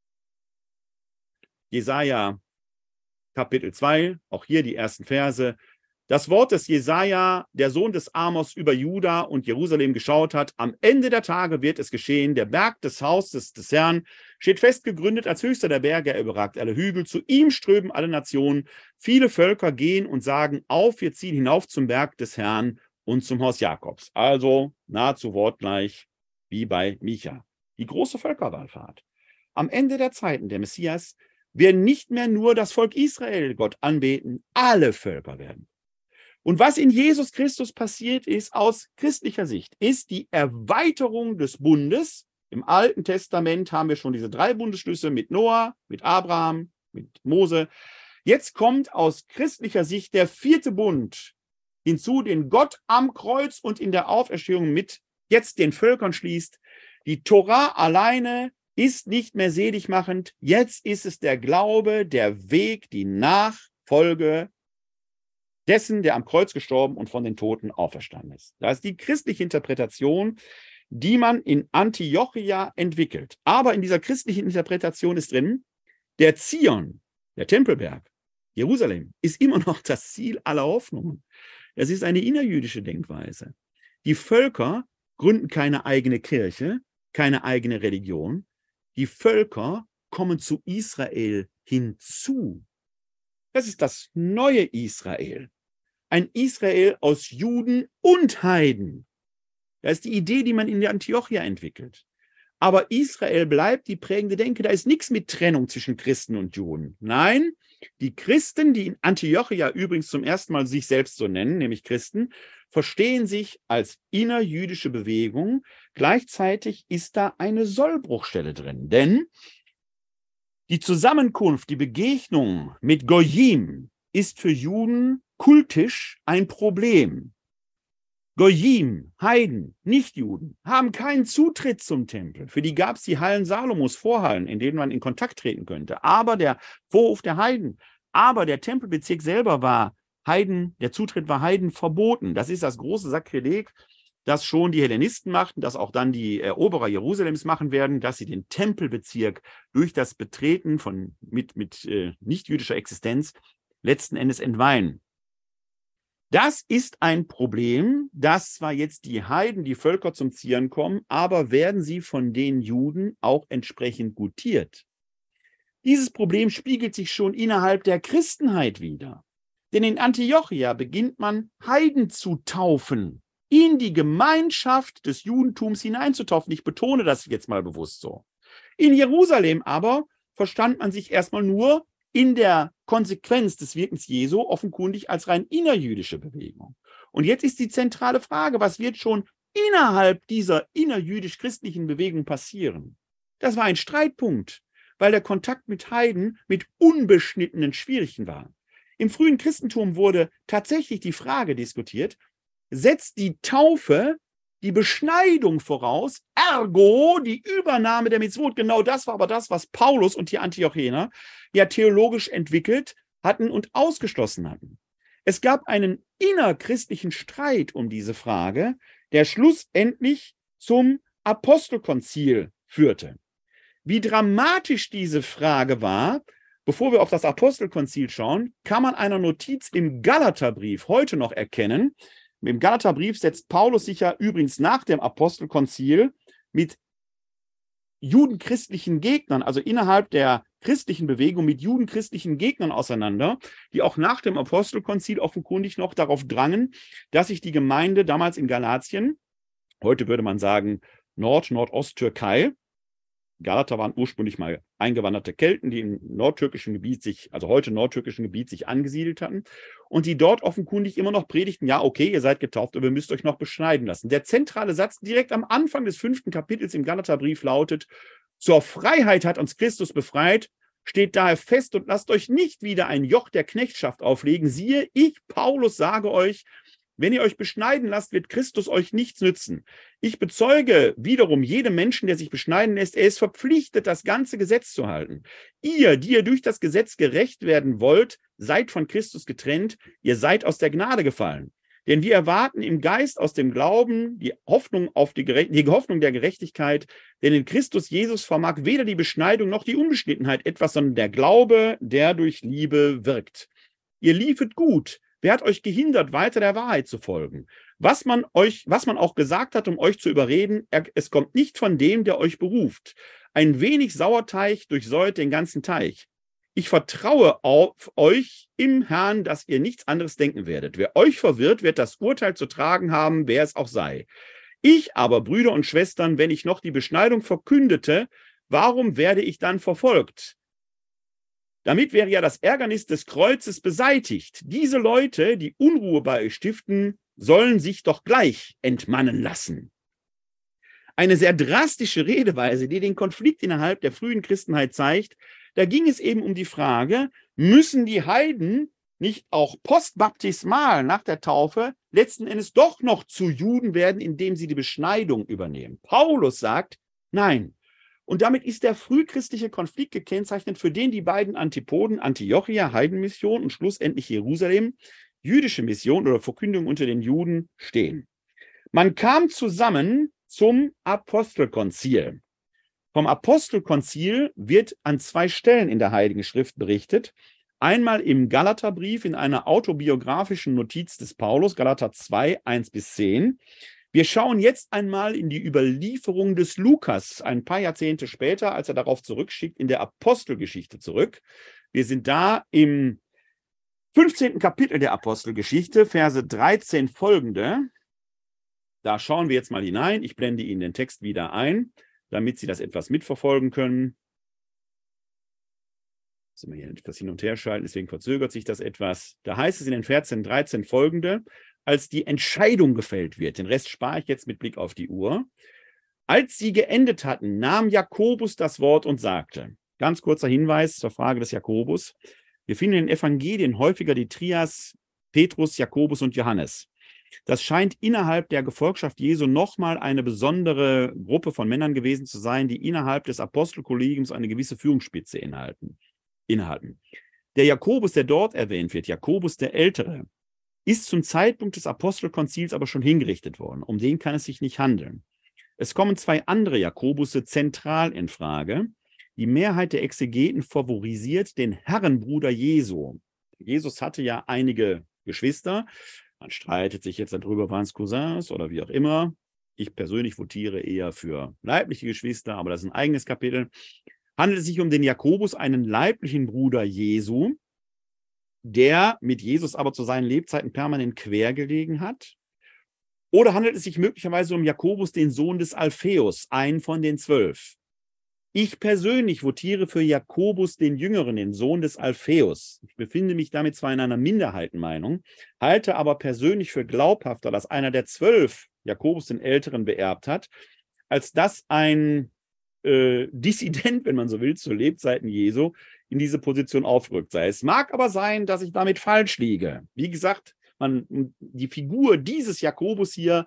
Jesaja Kapitel zwei, auch hier die ersten Verse. Das Wort des Jesaja, der Sohn des Amos, über Juda und Jerusalem geschaut hat. Am Ende der Tage wird es geschehen. Der Berg des Hauses des Herrn steht fest gegründet als höchster der Berge. Er überragt alle Hügel. Zu ihm strömen alle Nationen. Viele Völker gehen und sagen, auf, wir ziehen hinauf zum Berg des Herrn und zum Haus Jakobs. Also nahezu wortgleich wie bei Micha. Die große Völkerwallfahrt. Am Ende der Zeiten, der Messias, werden nicht mehr nur das Volk Israel Gott anbeten, alle Völker werden. Und was in Jesus Christus passiert ist, aus christlicher Sicht, ist die Erweiterung des Bundes. Im Alten Testament haben wir schon diese drei Bundesschlüsse mit Noah, mit Abraham, mit Mose. Jetzt kommt aus christlicher Sicht der vierte Bund hinzu, den Gott am Kreuz und in der Auferstehung mit jetzt den Völkern schließt. Die Tora alleine ist nicht mehr seligmachend. Jetzt ist es der Glaube, der Weg, die Nachfolge dessen, der am Kreuz gestorben und von den Toten auferstanden ist. Das ist die christliche Interpretation, die man in Antiochia entwickelt. Aber in dieser christlichen Interpretation ist drin, der Zion, der Tempelberg, Jerusalem, ist immer noch das Ziel aller Hoffnungen. Das ist eine innerjüdische Denkweise. Die Völker gründen keine eigene Kirche, keine eigene Religion. Die Völker kommen zu Israel hinzu. Das ist das neue Israel. Ein Israel aus Juden und Heiden. Das ist die Idee, die man in der Antiochia entwickelt. Aber Israel bleibt die prägende Denke. Da ist nichts mit Trennung zwischen Christen und Juden. Nein, die Christen, die in Antiochia übrigens zum ersten Mal sich selbst so nennen, nämlich Christen, verstehen sich als innerjüdische Bewegung. Gleichzeitig ist da eine Sollbruchstelle drin. Denn die Zusammenkunft, die Begegnung mit Goyim ist für Juden kultisch ein Problem. Goyim, Heiden, Nichtjuden, haben keinen Zutritt zum Tempel. Für die gab es die Hallen Salomos, Vorhallen, in denen man in Kontakt treten könnte. Aber der Vorhof der Heiden, aber der Tempelbezirk selber war Heiden, der Zutritt war Heiden verboten. Das ist das große Sakrileg, das schon die Hellenisten machten, das auch dann die Eroberer Jerusalems machen werden, dass sie den Tempelbezirk durch das Betreten von mit, mit äh, nichtjüdischer Existenz letzten Endes entweihen. Das ist ein Problem, dass zwar jetzt die Heiden, die Völker zum Zieren kommen, aber werden sie von den Juden auch entsprechend gutiert. Dieses Problem spiegelt sich schon innerhalb der Christenheit wider. Denn in Antiochia beginnt man, Heiden zu taufen, in die Gemeinschaft des Judentums hineinzutaufen. Ich betone das jetzt mal bewusst so. In Jerusalem aber verstand man sich erstmal nur in der Konsequenz des Wirkens Jesu offenkundig als rein innerjüdische Bewegung. Und jetzt ist die zentrale Frage, was wird schon innerhalb dieser innerjüdisch-christlichen Bewegung passieren? Das war ein Streitpunkt, weil der Kontakt mit Heiden mit unbeschnittenen Schwierigkeiten war. Im frühen Christentum wurde tatsächlich die Frage diskutiert, setzt die Taufe die Beschneidung voraus, ergo die Übernahme der Mitzvot. Genau das war aber das, was Paulus und die Antiochener ja theologisch entwickelt hatten und ausgeschlossen hatten. Es gab einen innerchristlichen Streit um diese Frage, der schlussendlich zum Apostelkonzil führte. Wie dramatisch diese Frage war, bevor wir auf das Apostelkonzil schauen, kann man einer Notiz im Galaterbrief heute noch erkennen. Im Galaterbrief setzt Paulus sich ja übrigens nach dem Apostelkonzil mit judenchristlichen Gegnern, also innerhalb der christlichen Bewegung mit judenchristlichen Gegnern auseinander, die auch nach dem Apostelkonzil offenkundig noch darauf drangen, dass sich die Gemeinde damals in Galatien, heute würde man sagen Nord-, Nordost-Türkei, Galater waren ursprünglich mal eingewanderte Kelten, die im nordtürkischen Gebiet sich, also heute nordtürkischen Gebiet sich angesiedelt hatten und die dort offenkundig immer noch predigten, ja, okay, ihr seid getauft, aber ihr müsst euch noch beschneiden lassen. Der zentrale Satz direkt am Anfang des fünften Kapitels im Galaterbrief lautet, zur Freiheit hat uns Christus befreit, steht daher fest und lasst euch nicht wieder ein Joch der Knechtschaft auflegen. Siehe, ich, Paulus, sage euch, wenn ihr euch beschneiden lasst, wird Christus euch nichts nützen. Ich bezeuge wiederum jedem Menschen, der sich beschneiden lässt, er ist verpflichtet, das ganze Gesetz zu halten. Ihr, die ihr durch das Gesetz gerecht werden wollt, seid von Christus getrennt, ihr seid aus der Gnade gefallen. Denn wir erwarten im Geist aus dem Glauben die Hoffnung auf die, Gerecht die Hoffnung der Gerechtigkeit, denn in Christus Jesus vermag weder die Beschneidung noch die Unbeschnittenheit etwas, sondern der Glaube, der durch Liebe wirkt. Ihr liefet gut. Wer hat euch gehindert, weiter der Wahrheit zu folgen? Was man euch, was man auch gesagt hat, um euch zu überreden, er, es kommt nicht von dem, der euch beruft. Ein wenig Sauerteig durchsäuert den ganzen Teich. Ich vertraue auf euch im Herrn, dass ihr nichts anderes denken werdet. Wer euch verwirrt, wird das Urteil zu tragen haben, wer es auch sei. Ich aber, Brüder und Schwestern, wenn ich noch die Beschneidung verkündete, warum werde ich dann verfolgt? Damit wäre ja das Ärgernis des Kreuzes beseitigt. Diese Leute, die Unruhe bei euch stiften, sollen sich doch gleich entmannen lassen. Eine sehr drastische Redeweise, die den Konflikt innerhalb der frühen Christenheit zeigt. Da ging es eben um die Frage, müssen die Heiden nicht auch postbaptismal nach der Taufe letzten Endes doch noch zu Juden werden, indem sie die Beschneidung übernehmen? Paulus sagt, nein. Und damit ist der frühchristliche Konflikt gekennzeichnet, für den die beiden Antipoden, Antiochia, Heidenmission und schlussendlich Jerusalem, jüdische Mission oder Verkündigung unter den Juden, stehen. Man kam zusammen zum Apostelkonzil. Vom Apostelkonzil wird an zwei Stellen in der Heiligen Schrift berichtet. Einmal im Galaterbrief in einer autobiografischen Notiz des Paulus, Galater zwei, eins bis zehn. Wir schauen jetzt einmal in die Überlieferung des Lukas, ein paar Jahrzehnte später, als er darauf zurückschickt, in der Apostelgeschichte zurück. Wir sind da im fünfzehnten Kapitel der Apostelgeschichte, Verse dreizehn folgende. Da schauen wir jetzt mal hinein. Ich blende Ihnen den Text wieder ein, damit Sie das etwas mitverfolgen können. Jetzt sind wir hier etwas hin und her schalten, deswegen verzögert sich das etwas. Da heißt es in den Versen dreizehn folgende, als die Entscheidung gefällt wird, den Rest spare ich jetzt mit Blick auf die Uhr, als sie geendet hatten, nahm Jakobus das Wort und sagte, ganz kurzer Hinweis zur Frage des Jakobus, wir finden in den Evangelien häufiger die Trias Petrus, Jakobus und Johannes. Das scheint innerhalb der Gefolgschaft Jesu nochmal eine besondere Gruppe von Männern gewesen zu sein, die innerhalb des Apostelkollegiums eine gewisse Führungsspitze innehalten. innehalten. Der Jakobus, der dort erwähnt wird, Jakobus der Ältere, ist zum Zeitpunkt des Apostelkonzils aber schon hingerichtet worden. Um den kann es sich nicht handeln. Es kommen zwei andere Jakobusse zentral in Frage. Die Mehrheit der Exegeten favorisiert den Herrenbruder Jesu. Jesus hatte ja einige Geschwister. Man streitet sich jetzt darüber, waren es Cousins oder wie auch immer. Ich persönlich votiere eher für leibliche Geschwister, aber das ist ein eigenes Kapitel. Handelt es sich um den Jakobus, einen leiblichen Bruder Jesu, der mit Jesus aber zu seinen Lebzeiten permanent quergelegen hat? Oder handelt es sich möglicherweise um Jakobus, den Sohn des Alpheus, einen von den zwölf? Ich persönlich votiere für Jakobus den Jüngeren, den Sohn des Alpheus. Ich befinde mich damit zwar in einer Minderheitenmeinung, halte aber persönlich für glaubhafter, dass einer der zwölf Jakobus den Älteren beerbt hat, als dass ein äh, Dissident, wenn man so will, zu Lebzeiten Jesu in diese Position aufgerückt sei. Es mag aber sein, dass ich damit falsch liege. Wie gesagt, man, die Figur dieses Jakobus hier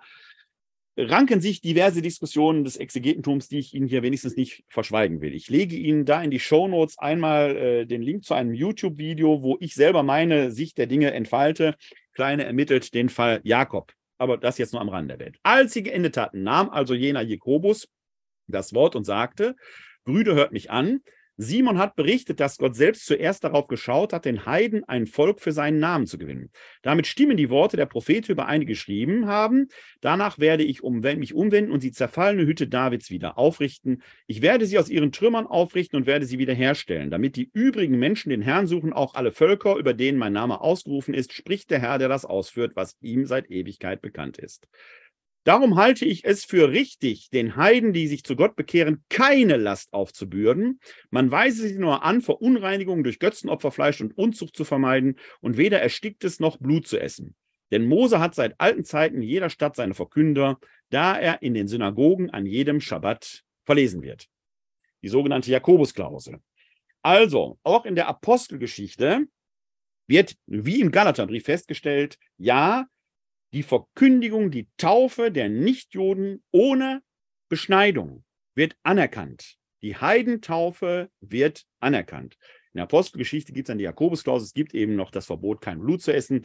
ranken sich diverse Diskussionen des Exegetentums, die ich Ihnen hier wenigstens nicht verschweigen will. Ich lege Ihnen da in die Shownotes einmal äh, den Link zu einem YouTube-Video, wo ich selber meine Sicht der Dinge entfalte. Kleine ermittelt den Fall Jakob. Aber das jetzt nur am Rande der Welt. Als sie geendet hatten, nahm also jener Jakobus das Wort und sagte, Brüder, hört mich an. Simon hat berichtet, dass Gott selbst zuerst darauf geschaut hat, den Heiden ein Volk für seinen Namen zu gewinnen. Damit stimmen die Worte der Propheten überein, die geschrieben haben. Danach werde ich um, mich umwenden und die zerfallene Hütte Davids wieder aufrichten. Ich werde sie aus ihren Trümmern aufrichten und werde sie wiederherstellen, damit die übrigen Menschen den Herrn suchen, auch alle Völker, über denen mein Name ausgerufen ist, spricht der Herr, der das ausführt, was ihm seit Ewigkeit bekannt ist. Darum halte ich es für richtig, den Heiden, die sich zu Gott bekehren, keine Last aufzubürden. Man weise sie nur an, Verunreinigungen durch Götzenopferfleisch und Unzucht zu vermeiden und weder Ersticktes noch Blut zu essen. Denn Mose hat seit alten Zeiten in jeder Stadt seine Verkünder, da er in den Synagogen an jedem Schabbat verlesen wird. Die sogenannte Jakobusklausel. Also, auch in der Apostelgeschichte wird, wie im Galaterbrief festgestellt, ja, die Verkündigung, die Taufe der Nichtjuden ohne Beschneidung wird anerkannt. Die Heidentaufe wird anerkannt. In der Apostelgeschichte gibt es dann die Jakobusklausel, es gibt eben noch das Verbot, kein Blut zu essen.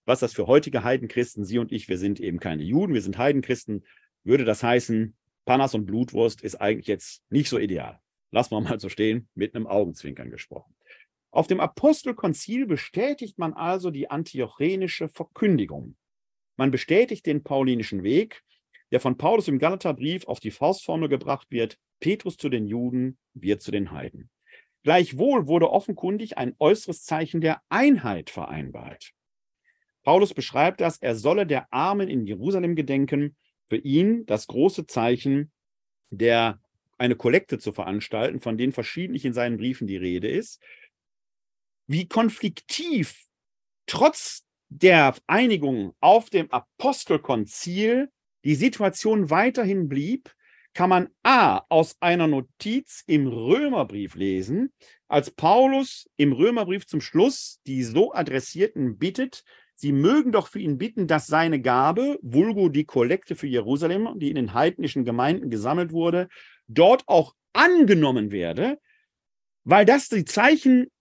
was das für heutige Heidenchristen, Sie und ich, wir sind eben keine Juden, wir sind Heidenchristen, würde das heißen, Panas und Blutwurst ist eigentlich jetzt nicht so ideal. Lassen wir mal so stehen, mit einem Augenzwinkern gesprochen. Auf dem Apostelkonzil bestätigt man also die antiochenische Verkündigung. Man bestätigt den paulinischen Weg, der von Paulus im Galaterbrief auf die Faustformel gebracht wird: Petrus zu den Juden, wir zu den Heiden. Gleichwohl wurde offenkundig ein äußeres Zeichen der Einheit vereinbart. Paulus beschreibt das, er solle der Armen in Jerusalem gedenken, für ihn das große Zeichen, der eine Kollekte zu veranstalten, von denen verschiedentlich in seinen Briefen die Rede ist. Wie konfliktiv trotz der Einigung auf dem Apostelkonzil die Situation weiterhin blieb, kann man a. aus einer Notiz im Römerbrief lesen, als Paulus im Römerbrief zum Schluss die so Adressierten bittet, sie mögen doch für ihn bitten, dass seine Gabe, vulgo die Kollekte für Jerusalem, die in den heidnischen Gemeinden gesammelt wurde, dort auch angenommen werde, weil das die zeichenhafte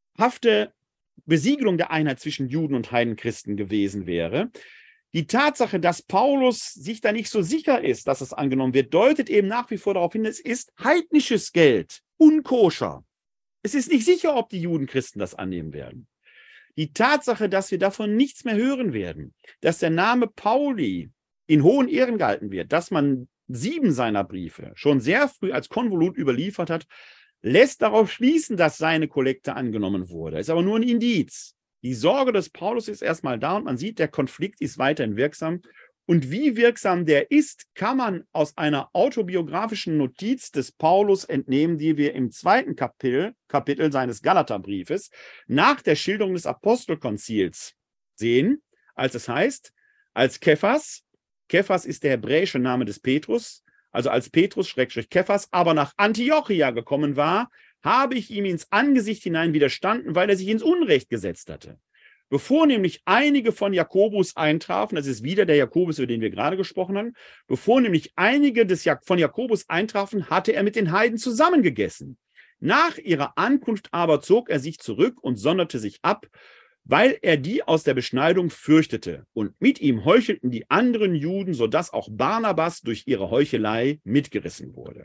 Besiegelung der Einheit zwischen Juden und Heidenchristen gewesen wäre. Die Tatsache, dass Paulus sich da nicht so sicher ist, dass es angenommen wird, deutet eben nach wie vor darauf hin, es ist heidnisches Geld, unkoscher. Es ist nicht sicher, ob die Judenchristen das annehmen werden. Die Tatsache, dass wir davon nichts mehr hören werden, dass der Name Pauli in hohen Ehren gehalten wird, dass man sieben seiner Briefe schon sehr früh als Konvolut überliefert hat, lässt darauf schließen, dass seine Kollekte angenommen wurde. Ist aber nur ein Indiz. Die Sorge des Paulus ist erstmal da und man sieht, der Konflikt ist weiterhin wirksam. Und wie wirksam der ist, kann man aus einer autobiografischen Notiz des Paulus entnehmen, die wir im zweiten Kapitel, Kapitel seines Galaterbriefes nach der Schilderung des Apostelkonzils sehen, als es heißt, als Kephas, Kephas ist der hebräische Name des Petrus, also als Petrus Schrägstrich Kephas, aber nach Antiochia gekommen war, habe ich ihm ins Angesicht hinein widerstanden, weil er sich ins Unrecht gesetzt hatte. Bevor nämlich einige von Jakobus eintrafen, das ist wieder der Jakobus, über den wir gerade gesprochen haben, bevor nämlich einige des Jak- von Jakobus eintrafen, hatte er mit den Heiden zusammengegessen. Nach ihrer Ankunft aber zog er sich zurück und sonderte sich ab, weil er die aus der Beschneidung fürchtete. Und mit ihm heuchelten die anderen Juden, sodass auch Barnabas durch ihre Heuchelei mitgerissen wurde.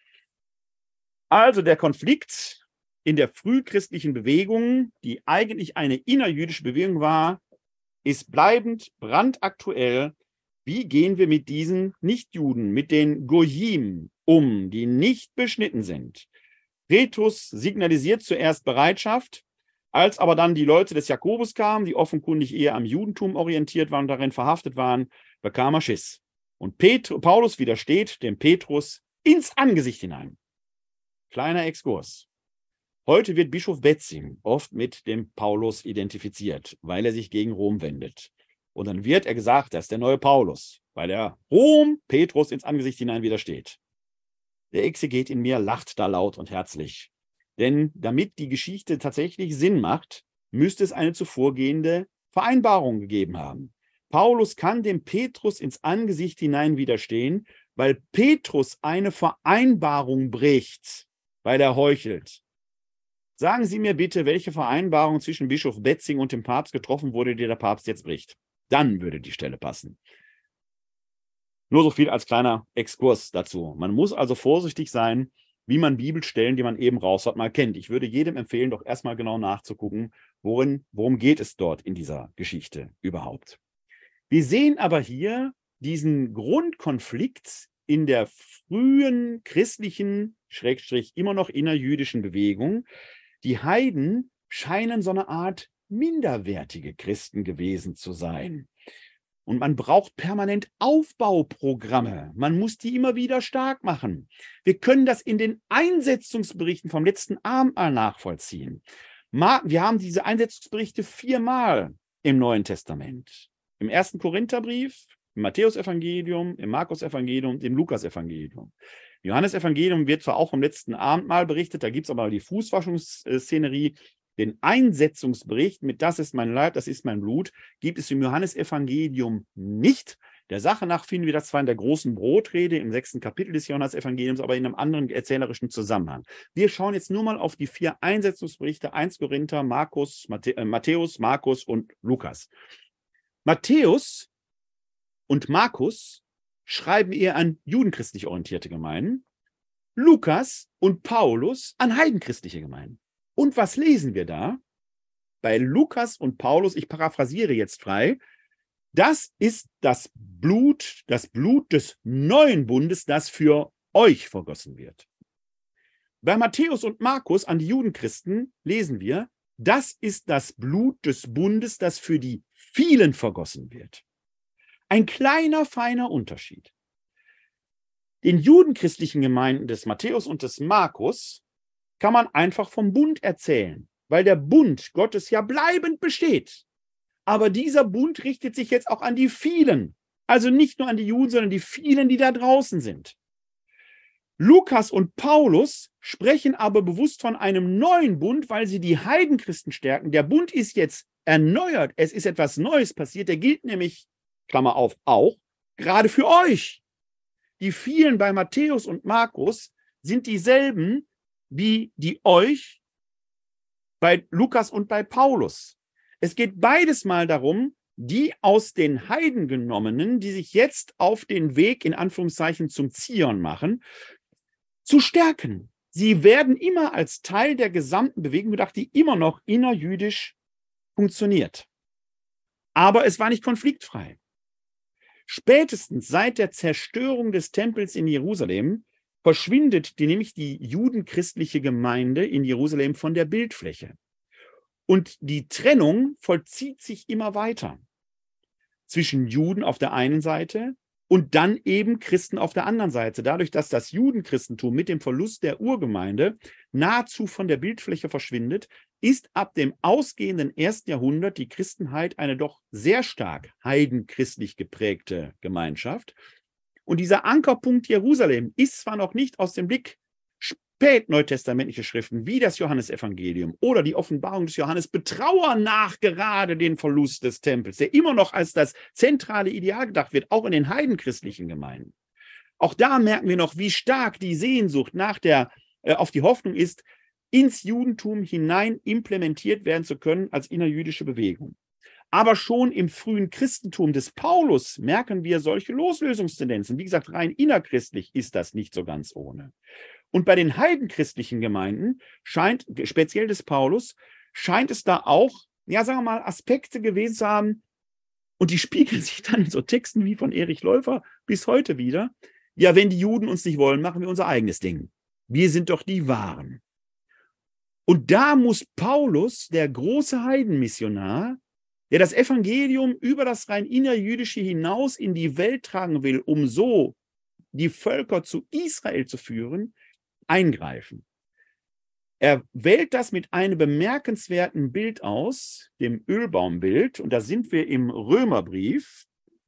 Also der Konflikt in der frühchristlichen Bewegung, die eigentlich eine innerjüdische Bewegung war, ist bleibend brandaktuell. Wie gehen wir mit diesen Nichtjuden, mit den Goyim um, die nicht beschnitten sind? Petrus signalisiert zuerst Bereitschaft, als aber dann die Leute des Jakobus kamen, die offenkundig eher am Judentum orientiert waren und darin verhaftet waren, bekam er Schiss. Und Pet- Paulus widersteht dem Petrus ins Angesicht hinein. Kleiner Exkurs. Heute wird Bischof Betzing oft mit dem Paulus identifiziert, weil er sich gegen Rom wendet. Und dann wird er gesagt, das ist der neue Paulus, weil er Rom, Petrus ins Angesicht hinein widersteht. Der Exeget in mir lacht da laut und herzlich. Denn damit die Geschichte tatsächlich Sinn macht, müsste es eine zuvorgehende Vereinbarung gegeben haben. Paulus kann dem Petrus ins Angesicht hinein widerstehen, weil Petrus eine Vereinbarung bricht, weil er heuchelt. Sagen Sie mir bitte, welche Vereinbarung zwischen Bischof Betzing und dem Papst getroffen wurde, die der Papst jetzt bricht. Dann würde die Stelle passen. Nur so viel als kleiner Exkurs dazu. Man muss also vorsichtig sein, wie man Bibelstellen, die man eben raus hat, mal kennt. Ich würde jedem empfehlen, doch erstmal genau nachzugucken, worin, worum geht es dort in dieser Geschichte überhaupt. Wir sehen aber hier diesen Grundkonflikt in der frühen christlichen, Schrägstrich immer noch innerjüdischen Bewegung. Die Heiden scheinen so eine Art minderwertige Christen gewesen zu sein. Und man braucht permanent Aufbauprogramme. Man muss die immer wieder stark machen. Wir können das in den Einsetzungsberichten vom letzten Abendmahl nachvollziehen. Wir haben diese Einsetzungsberichte viermal im Neuen Testament. Im ersten Korintherbrief, im Matthäusevangelium, im Markusevangelium, im Lukasevangelium. Im Johannesevangelium wird zwar auch vom letzten Abendmahl berichtet, da gibt es aber die Fußwaschungsszenerie. Den Einsetzungsbericht mit das ist mein Leib, das ist mein Blut, gibt es im Johannesevangelium nicht. Der Sache nach finden wir das zwar in der großen Brotrede im sechsten Kapitel des Johannesevangeliums, aber in einem anderen erzählerischen Zusammenhang. Wir schauen jetzt nur mal auf die vier Einsetzungsberichte, eins Korinther, Markus, Matthäus, Markus und Lukas. Matthäus und Markus schreiben eher an judenchristlich orientierte Gemeinden, Lukas und Paulus an heidenchristliche Gemeinden. Und was lesen wir da? Bei Lukas und Paulus, ich paraphrasiere jetzt frei, das ist das Blut, das Blut des neuen Bundes, das für euch vergossen wird. Bei Matthäus und Markus an die Judenchristen lesen wir, das ist das Blut des Bundes, das für die vielen vergossen wird. Ein kleiner, feiner Unterschied. Den judenchristlichen Gemeinden des Matthäus und des Markus kann man einfach vom Bund erzählen, weil der Bund Gottes ja bleibend besteht. Aber dieser Bund richtet sich jetzt auch an die vielen, also nicht nur an die Juden, sondern die vielen, die da draußen sind. Lukas und Paulus sprechen aber bewusst von einem neuen Bund, weil sie die Heidenchristen stärken. Der Bund ist jetzt erneuert, es ist etwas Neues passiert, der gilt nämlich, Klammer auf, auch gerade für euch. Die vielen bei Matthäus und Markus sind dieselben wie die euch bei Lukas und bei Paulus. Es geht beides mal darum, die aus den Heiden genommenen, die sich jetzt auf den Weg in Anführungszeichen zum Zion machen, zu stärken. Sie werden immer als Teil der gesamten Bewegung gedacht, die immer noch innerjüdisch funktioniert. Aber es war nicht konfliktfrei. Spätestens seit der Zerstörung des Tempels in Jerusalem verschwindet die, nämlich die judenchristliche Gemeinde in Jerusalem von der Bildfläche. Und die Trennung vollzieht sich immer weiter zwischen Juden auf der einen Seite und dann eben Christen auf der anderen Seite. Dadurch, dass das Judenchristentum mit dem Verlust der Urgemeinde nahezu von der Bildfläche verschwindet, ist ab dem ausgehenden ersten Jahrhundert die Christenheit eine doch sehr stark heidenchristlich geprägte Gemeinschaft. Und dieser Ankerpunkt Jerusalem ist zwar noch nicht aus dem Blick, spätneutestamentliche Schriften wie das Johannesevangelium oder die Offenbarung des Johannes betrauern nachgerade den Verlust des Tempels, der immer noch als das zentrale Ideal gedacht wird, auch in den heidenchristlichen Gemeinden. Auch da merken wir noch, wie stark die Sehnsucht nach der, äh, auf die Hoffnung ist, ins Judentum hinein implementiert werden zu können als innerjüdische Bewegung. Aber schon im frühen Christentum des Paulus merken wir solche Loslösungstendenzen. Wie gesagt, rein innerchristlich ist das nicht so ganz ohne. Und bei den heidenchristlichen Gemeinden scheint, speziell des Paulus, scheint es da auch, ja, sagen wir mal, Aspekte gewesen zu haben, und die spiegeln sich dann in so Texten wie von Erich Läufer bis heute wieder. Ja, wenn die Juden uns nicht wollen, machen wir unser eigenes Ding. Wir sind doch die Wahren. Und da muss Paulus, der große Heidenmissionar, der das Evangelium über das rein innerjüdische hinaus in die Welt tragen will, um so die Völker zu Israel zu führen, eingreifen. Er wählt das mit einem bemerkenswerten Bild aus, dem Ölbaumbild, und da sind wir im Römerbrief,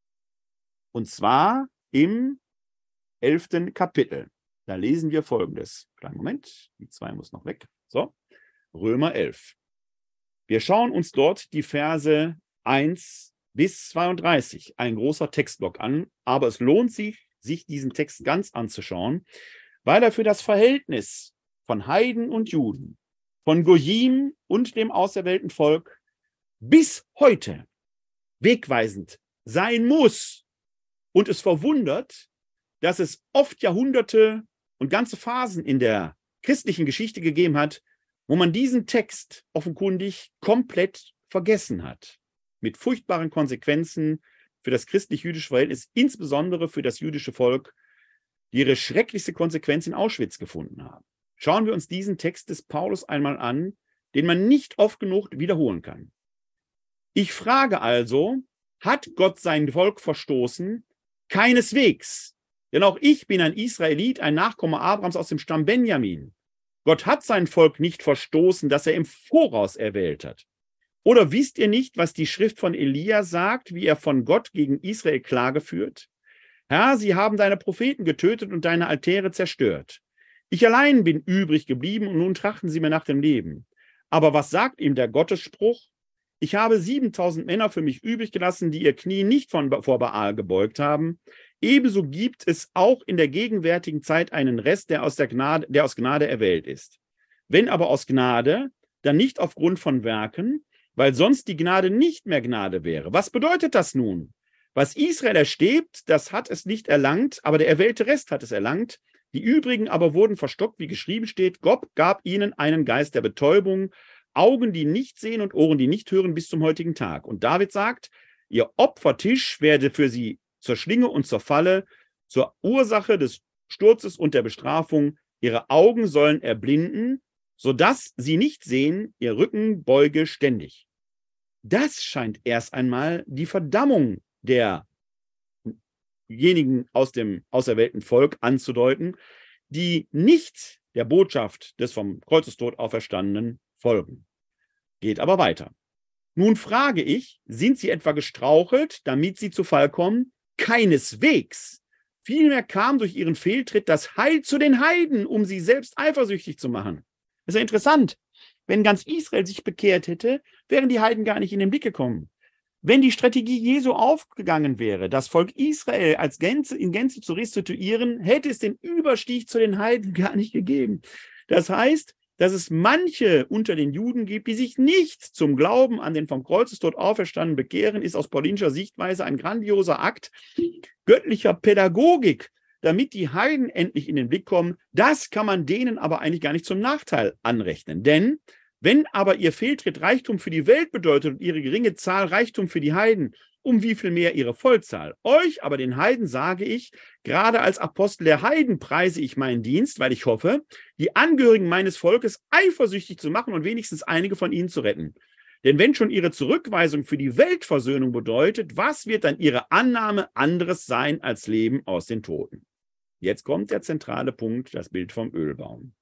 und zwar im elften Kapitel. Da lesen wir Folgendes. Kleinen Moment, die zwei muss noch weg. So, Römer elf. Wir schauen uns dort die Verse eins bis zweiunddreißig, ein großer Textblock an, aber es lohnt sich, sich diesen Text ganz anzuschauen, weil er für das Verhältnis von Heiden und Juden, von Goyim und dem auserwählten Volk bis heute wegweisend sein muss. Und es verwundert, dass es oft Jahrhunderte und ganze Phasen in der christlichen Geschichte gegeben hat, wo man diesen Text offenkundig komplett vergessen hat. Mit furchtbaren Konsequenzen für das christlich-jüdische Verhältnis, insbesondere für das jüdische Volk, die ihre schrecklichste Konsequenz in Auschwitz gefunden haben. Schauen wir uns diesen Text des Paulus einmal an, den man nicht oft genug wiederholen kann. Ich frage also, hat Gott sein Volk verstoßen? Keineswegs. Denn auch ich bin ein Israelit, ein Nachkomme Abrahams aus dem Stamm Benjamin. Gott hat sein Volk nicht verstoßen, das er im Voraus erwählt hat. Oder wisst ihr nicht, was die Schrift von Elia sagt, wie er von Gott gegen Israel Klage führt? Herr, sie haben deine Propheten getötet und deine Altäre zerstört. Ich allein bin übrig geblieben und nun trachten sie mir nach dem Leben. Aber was sagt ihm der Gottesspruch? Ich habe siebentausend Männer für mich übrig gelassen, die ihr Knie nicht von, vor Baal gebeugt haben. Ebenso gibt es auch in der gegenwärtigen Zeit einen Rest, der aus, der Gnade, der aus Gnade erwählt ist. Wenn aber aus Gnade, dann nicht aufgrund von Werken, weil sonst die Gnade nicht mehr Gnade wäre. Was bedeutet das nun? Was Israel erstrebt, das hat es nicht erlangt, aber der erwählte Rest hat es erlangt. Die übrigen aber wurden verstockt, wie geschrieben steht. Gott gab ihnen einen Geist der Betäubung, Augen, die nicht sehen und Ohren, die nicht hören, bis zum heutigen Tag. Und David sagt, ihr Opfertisch werde für sie zur Schlinge und zur Falle, zur Ursache des Sturzes und der Bestrafung. Ihre Augen sollen erblinden, sodass sie nicht sehen, ihr Rücken beuge ständig. Das scheint erst einmal die Verdammung derjenigen aus dem auserwählten Volk anzudeuten, die nicht der Botschaft des vom Kreuzestod Auferstandenen folgen. Geht aber weiter. Nun frage ich, sind sie etwa gestrauchelt, damit sie zu Fall kommen? Keineswegs. Vielmehr kam durch ihren Fehltritt das Heil zu den Heiden, um sie selbst eifersüchtig zu machen. Das ist ja interessant. Wenn ganz Israel sich bekehrt hätte, wären die Heiden gar nicht in den Blick gekommen. Wenn die Strategie Jesu aufgegangen wäre, das Volk Israel als Gänze, in Gänze zu restituieren, hätte es den Überstieg zu den Heiden gar nicht gegeben. Das heißt, dass es manche unter den Juden gibt, die sich nicht zum Glauben an den vom Kreuzestod Auferstandenen bekehren, ist aus paulinischer Sichtweise ein grandioser Akt göttlicher Pädagogik, damit die Heiden endlich in den Blick kommen. Das kann man denen aber eigentlich gar nicht zum Nachteil anrechnen. Denn wenn aber ihr Fehltritt Reichtum für die Welt bedeutet und ihre geringe Zahl Reichtum für die Heiden, um wie viel mehr ihre Vollzahl. Euch aber den Heiden sage ich, gerade als Apostel der Heiden preise ich meinen Dienst, weil ich hoffe, die Angehörigen meines Volkes eifersüchtig zu machen und wenigstens einige von ihnen zu retten. Denn wenn schon ihre Zurückweisung für die Weltversöhnung bedeutet, was wird dann ihre Annahme anderes sein als Leben aus den Toten? Jetzt kommt der zentrale Punkt, das Bild vom Ölbaum.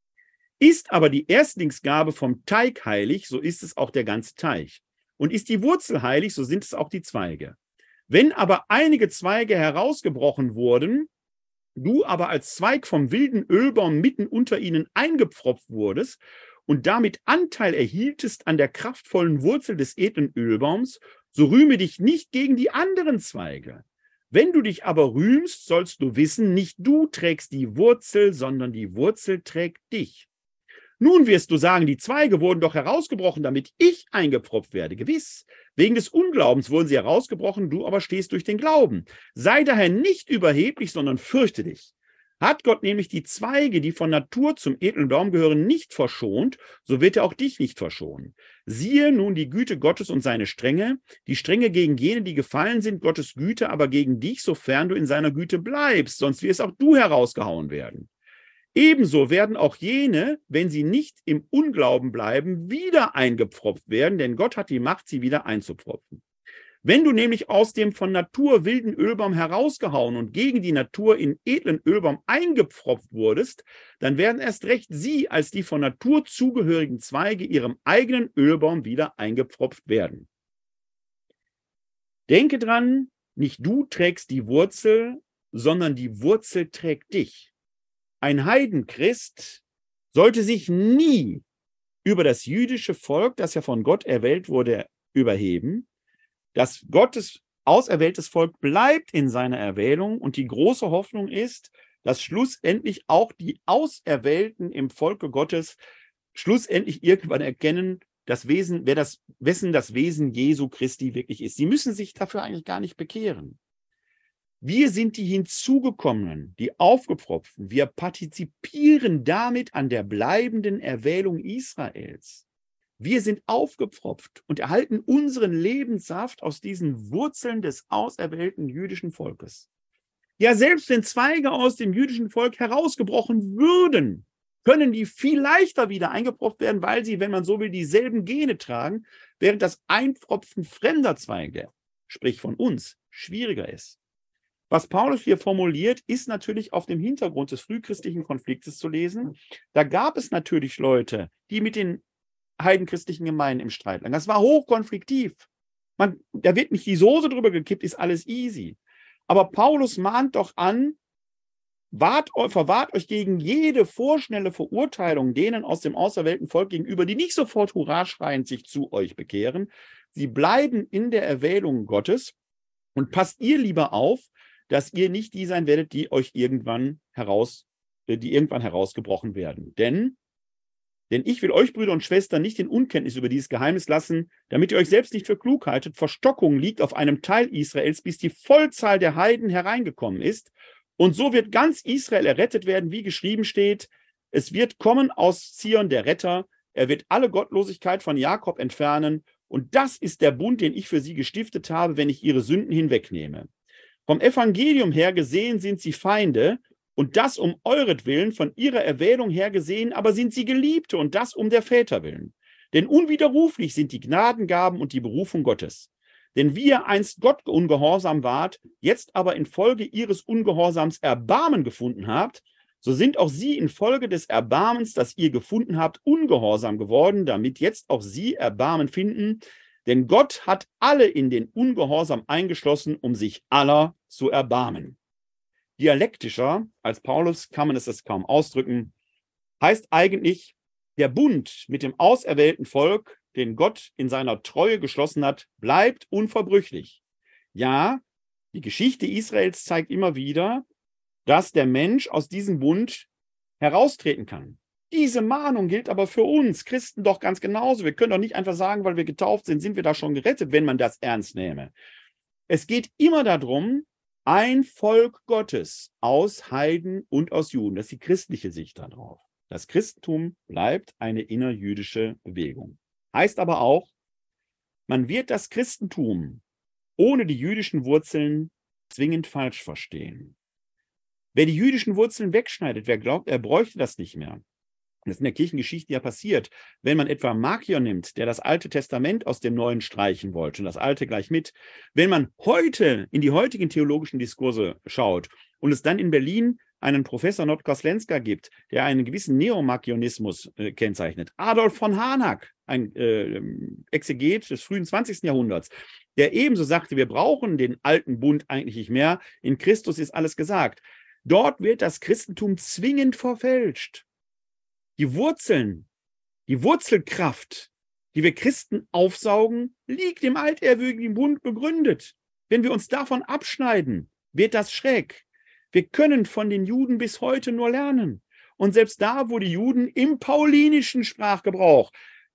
Ist aber die Erstlingsgabe vom Teig heilig, so ist es auch der ganze Teig. Und ist die Wurzel heilig, so sind es auch die Zweige. Wenn aber einige Zweige herausgebrochen wurden, du aber als Zweig vom wilden Ölbaum mitten unter ihnen eingepfropft wurdest und damit Anteil erhieltest an der kraftvollen Wurzel des edlen Ölbaums, so rühme dich nicht gegen die anderen Zweige. Wenn du dich aber rühmst, sollst du wissen, nicht du trägst die Wurzel, sondern die Wurzel trägt dich. Nun wirst du sagen, die Zweige wurden doch herausgebrochen, damit ich eingepfropft werde. Gewiss, wegen des Unglaubens wurden sie herausgebrochen, du aber stehst durch den Glauben. Sei daher nicht überheblich, sondern fürchte dich. Hat Gott nämlich die Zweige, die von Natur zum edlen Baum gehören, nicht verschont, so wird er auch dich nicht verschonen. Siehe nun die Güte Gottes und seine Strenge, die Strenge gegen jene, die gefallen sind, Gottes Güte aber gegen dich, sofern du in seiner Güte bleibst, sonst wirst auch du herausgehauen werden. Ebenso werden auch jene, wenn sie nicht im Unglauben bleiben, wieder eingepfropft werden, denn Gott hat die Macht, sie wieder einzupfropfen. Wenn du nämlich aus dem von Natur wilden Ölbaum herausgehauen und gegen die Natur in edlen Ölbaum eingepfropft wurdest, dann werden erst recht sie als die von Natur zugehörigen Zweige ihrem eigenen Ölbaum wieder eingepfropft werden. Denke dran, nicht du trägst die Wurzel, sondern die Wurzel trägt dich. Ein Heidenchrist sollte sich nie über das jüdische Volk, das ja von Gott erwählt wurde, überheben. Das Gottes auserwähltes Volk bleibt in seiner Erwählung und die große Hoffnung ist, dass schlussendlich auch die Auserwählten im Volke Gottes schlussendlich irgendwann erkennen, das Wesen, wer das, wessen das Wesen Jesu Christi wirklich ist. Sie müssen sich dafür eigentlich gar nicht bekehren. Wir sind die Hinzugekommenen, die Aufgepfropften. Wir partizipieren damit an der bleibenden Erwählung Israels. Wir sind aufgepfropft und erhalten unseren Lebenssaft aus diesen Wurzeln des auserwählten jüdischen Volkes. Ja, selbst wenn Zweige aus dem jüdischen Volk herausgebrochen würden, können die viel leichter wieder eingepfropft werden, weil sie, wenn man so will, dieselben Gene tragen, während das Einpfropfen fremder Zweige, sprich von uns, schwieriger ist. Was Paulus hier formuliert, ist natürlich auf dem Hintergrund des frühchristlichen Konfliktes zu lesen. Da gab es natürlich Leute, die mit den heidenchristlichen Gemeinden im Streit lagen. Das war hochkonfliktiv. Man, da wird nicht die Soße drüber gekippt, ist alles easy. Aber Paulus mahnt doch an, wahrt, verwahrt euch gegen jede vorschnelle Verurteilung denen aus dem auserwählten Volk gegenüber, die nicht sofort hurra schreiend sich zu euch bekehren. Sie bleiben in der Erwählung Gottes und passt ihr lieber auf, dass ihr nicht die sein werdet, die euch irgendwann heraus, die irgendwann herausgebrochen werden. Denn Denn ich will euch, Brüder und Schwestern, nicht in Unkenntnis über dieses Geheimnis lassen, damit ihr euch selbst nicht für klug haltet. Verstockung liegt auf einem Teil Israels, bis die Vollzahl der Heiden hereingekommen ist. Und so wird ganz Israel errettet werden, wie geschrieben steht. Es wird kommen aus Zion der Retter. Er wird alle Gottlosigkeit von Jakob entfernen. Und das ist der Bund, den ich für sie gestiftet habe, wenn ich ihre Sünden hinwegnehme. Vom Evangelium her gesehen sind sie Feinde, und das um euretwillen, von ihrer Erwählung her gesehen, aber sind sie Geliebte, und das um der Väter willen. Denn unwiderruflich sind die Gnadengaben und die Berufung Gottes. Denn wie ihr einst Gott ungehorsam wart, jetzt aber infolge ihres Ungehorsams Erbarmen gefunden habt, so sind auch sie infolge des Erbarmens, das ihr gefunden habt, ungehorsam geworden, damit jetzt auch sie Erbarmen finden. Denn Gott hat alle in den Ungehorsam eingeschlossen, um sich aller zu erbarmen. Dialektischer als Paulus kann man es das kaum ausdrücken, heißt eigentlich, der Bund mit dem auserwählten Volk, den Gott in seiner Treue geschlossen hat, bleibt unverbrüchlich. Ja, die Geschichte Israels zeigt immer wieder, dass der Mensch aus diesem Bund heraustreten kann. Diese Mahnung gilt aber für uns Christen doch ganz genauso. Wir können doch nicht einfach sagen, weil wir getauft sind, sind wir da schon gerettet, wenn man das ernst nehme. Es geht immer darum, ein Volk Gottes aus Heiden und aus Juden. Das ist die christliche Sicht darauf. Das Christentum bleibt eine innerjüdische Bewegung. Heißt aber auch, man wird das Christentum ohne die jüdischen Wurzeln zwingend falsch verstehen. Wer die jüdischen Wurzeln wegschneidet, wer glaubt, er bräuchte das nicht mehr. Das ist in der Kirchengeschichte ja passiert. Wenn man etwa Markion nimmt, der das Alte Testament aus dem Neuen streichen wollte und das Alte gleich mit. Wenn man heute in die heutigen theologischen Diskurse schaut und es dann in Berlin einen Professor Notker Slenska gibt, der einen gewissen Neomarkionismus äh, kennzeichnet. Adolf von Harnack, ein äh, Exeget des frühen zwanzigsten Jahrhunderts, der ebenso sagte, wir brauchen den alten Bund eigentlich nicht mehr. In Christus ist alles gesagt. Dort wird das Christentum zwingend verfälscht. Die Wurzeln, die Wurzelkraft, die wir Christen aufsaugen, liegt im altehrwürdigen Bund begründet. Wenn wir uns davon abschneiden, wird das schräg. Wir können von den Juden bis heute nur lernen. Und selbst da, wo die Juden im paulinischen Sprachgebrauch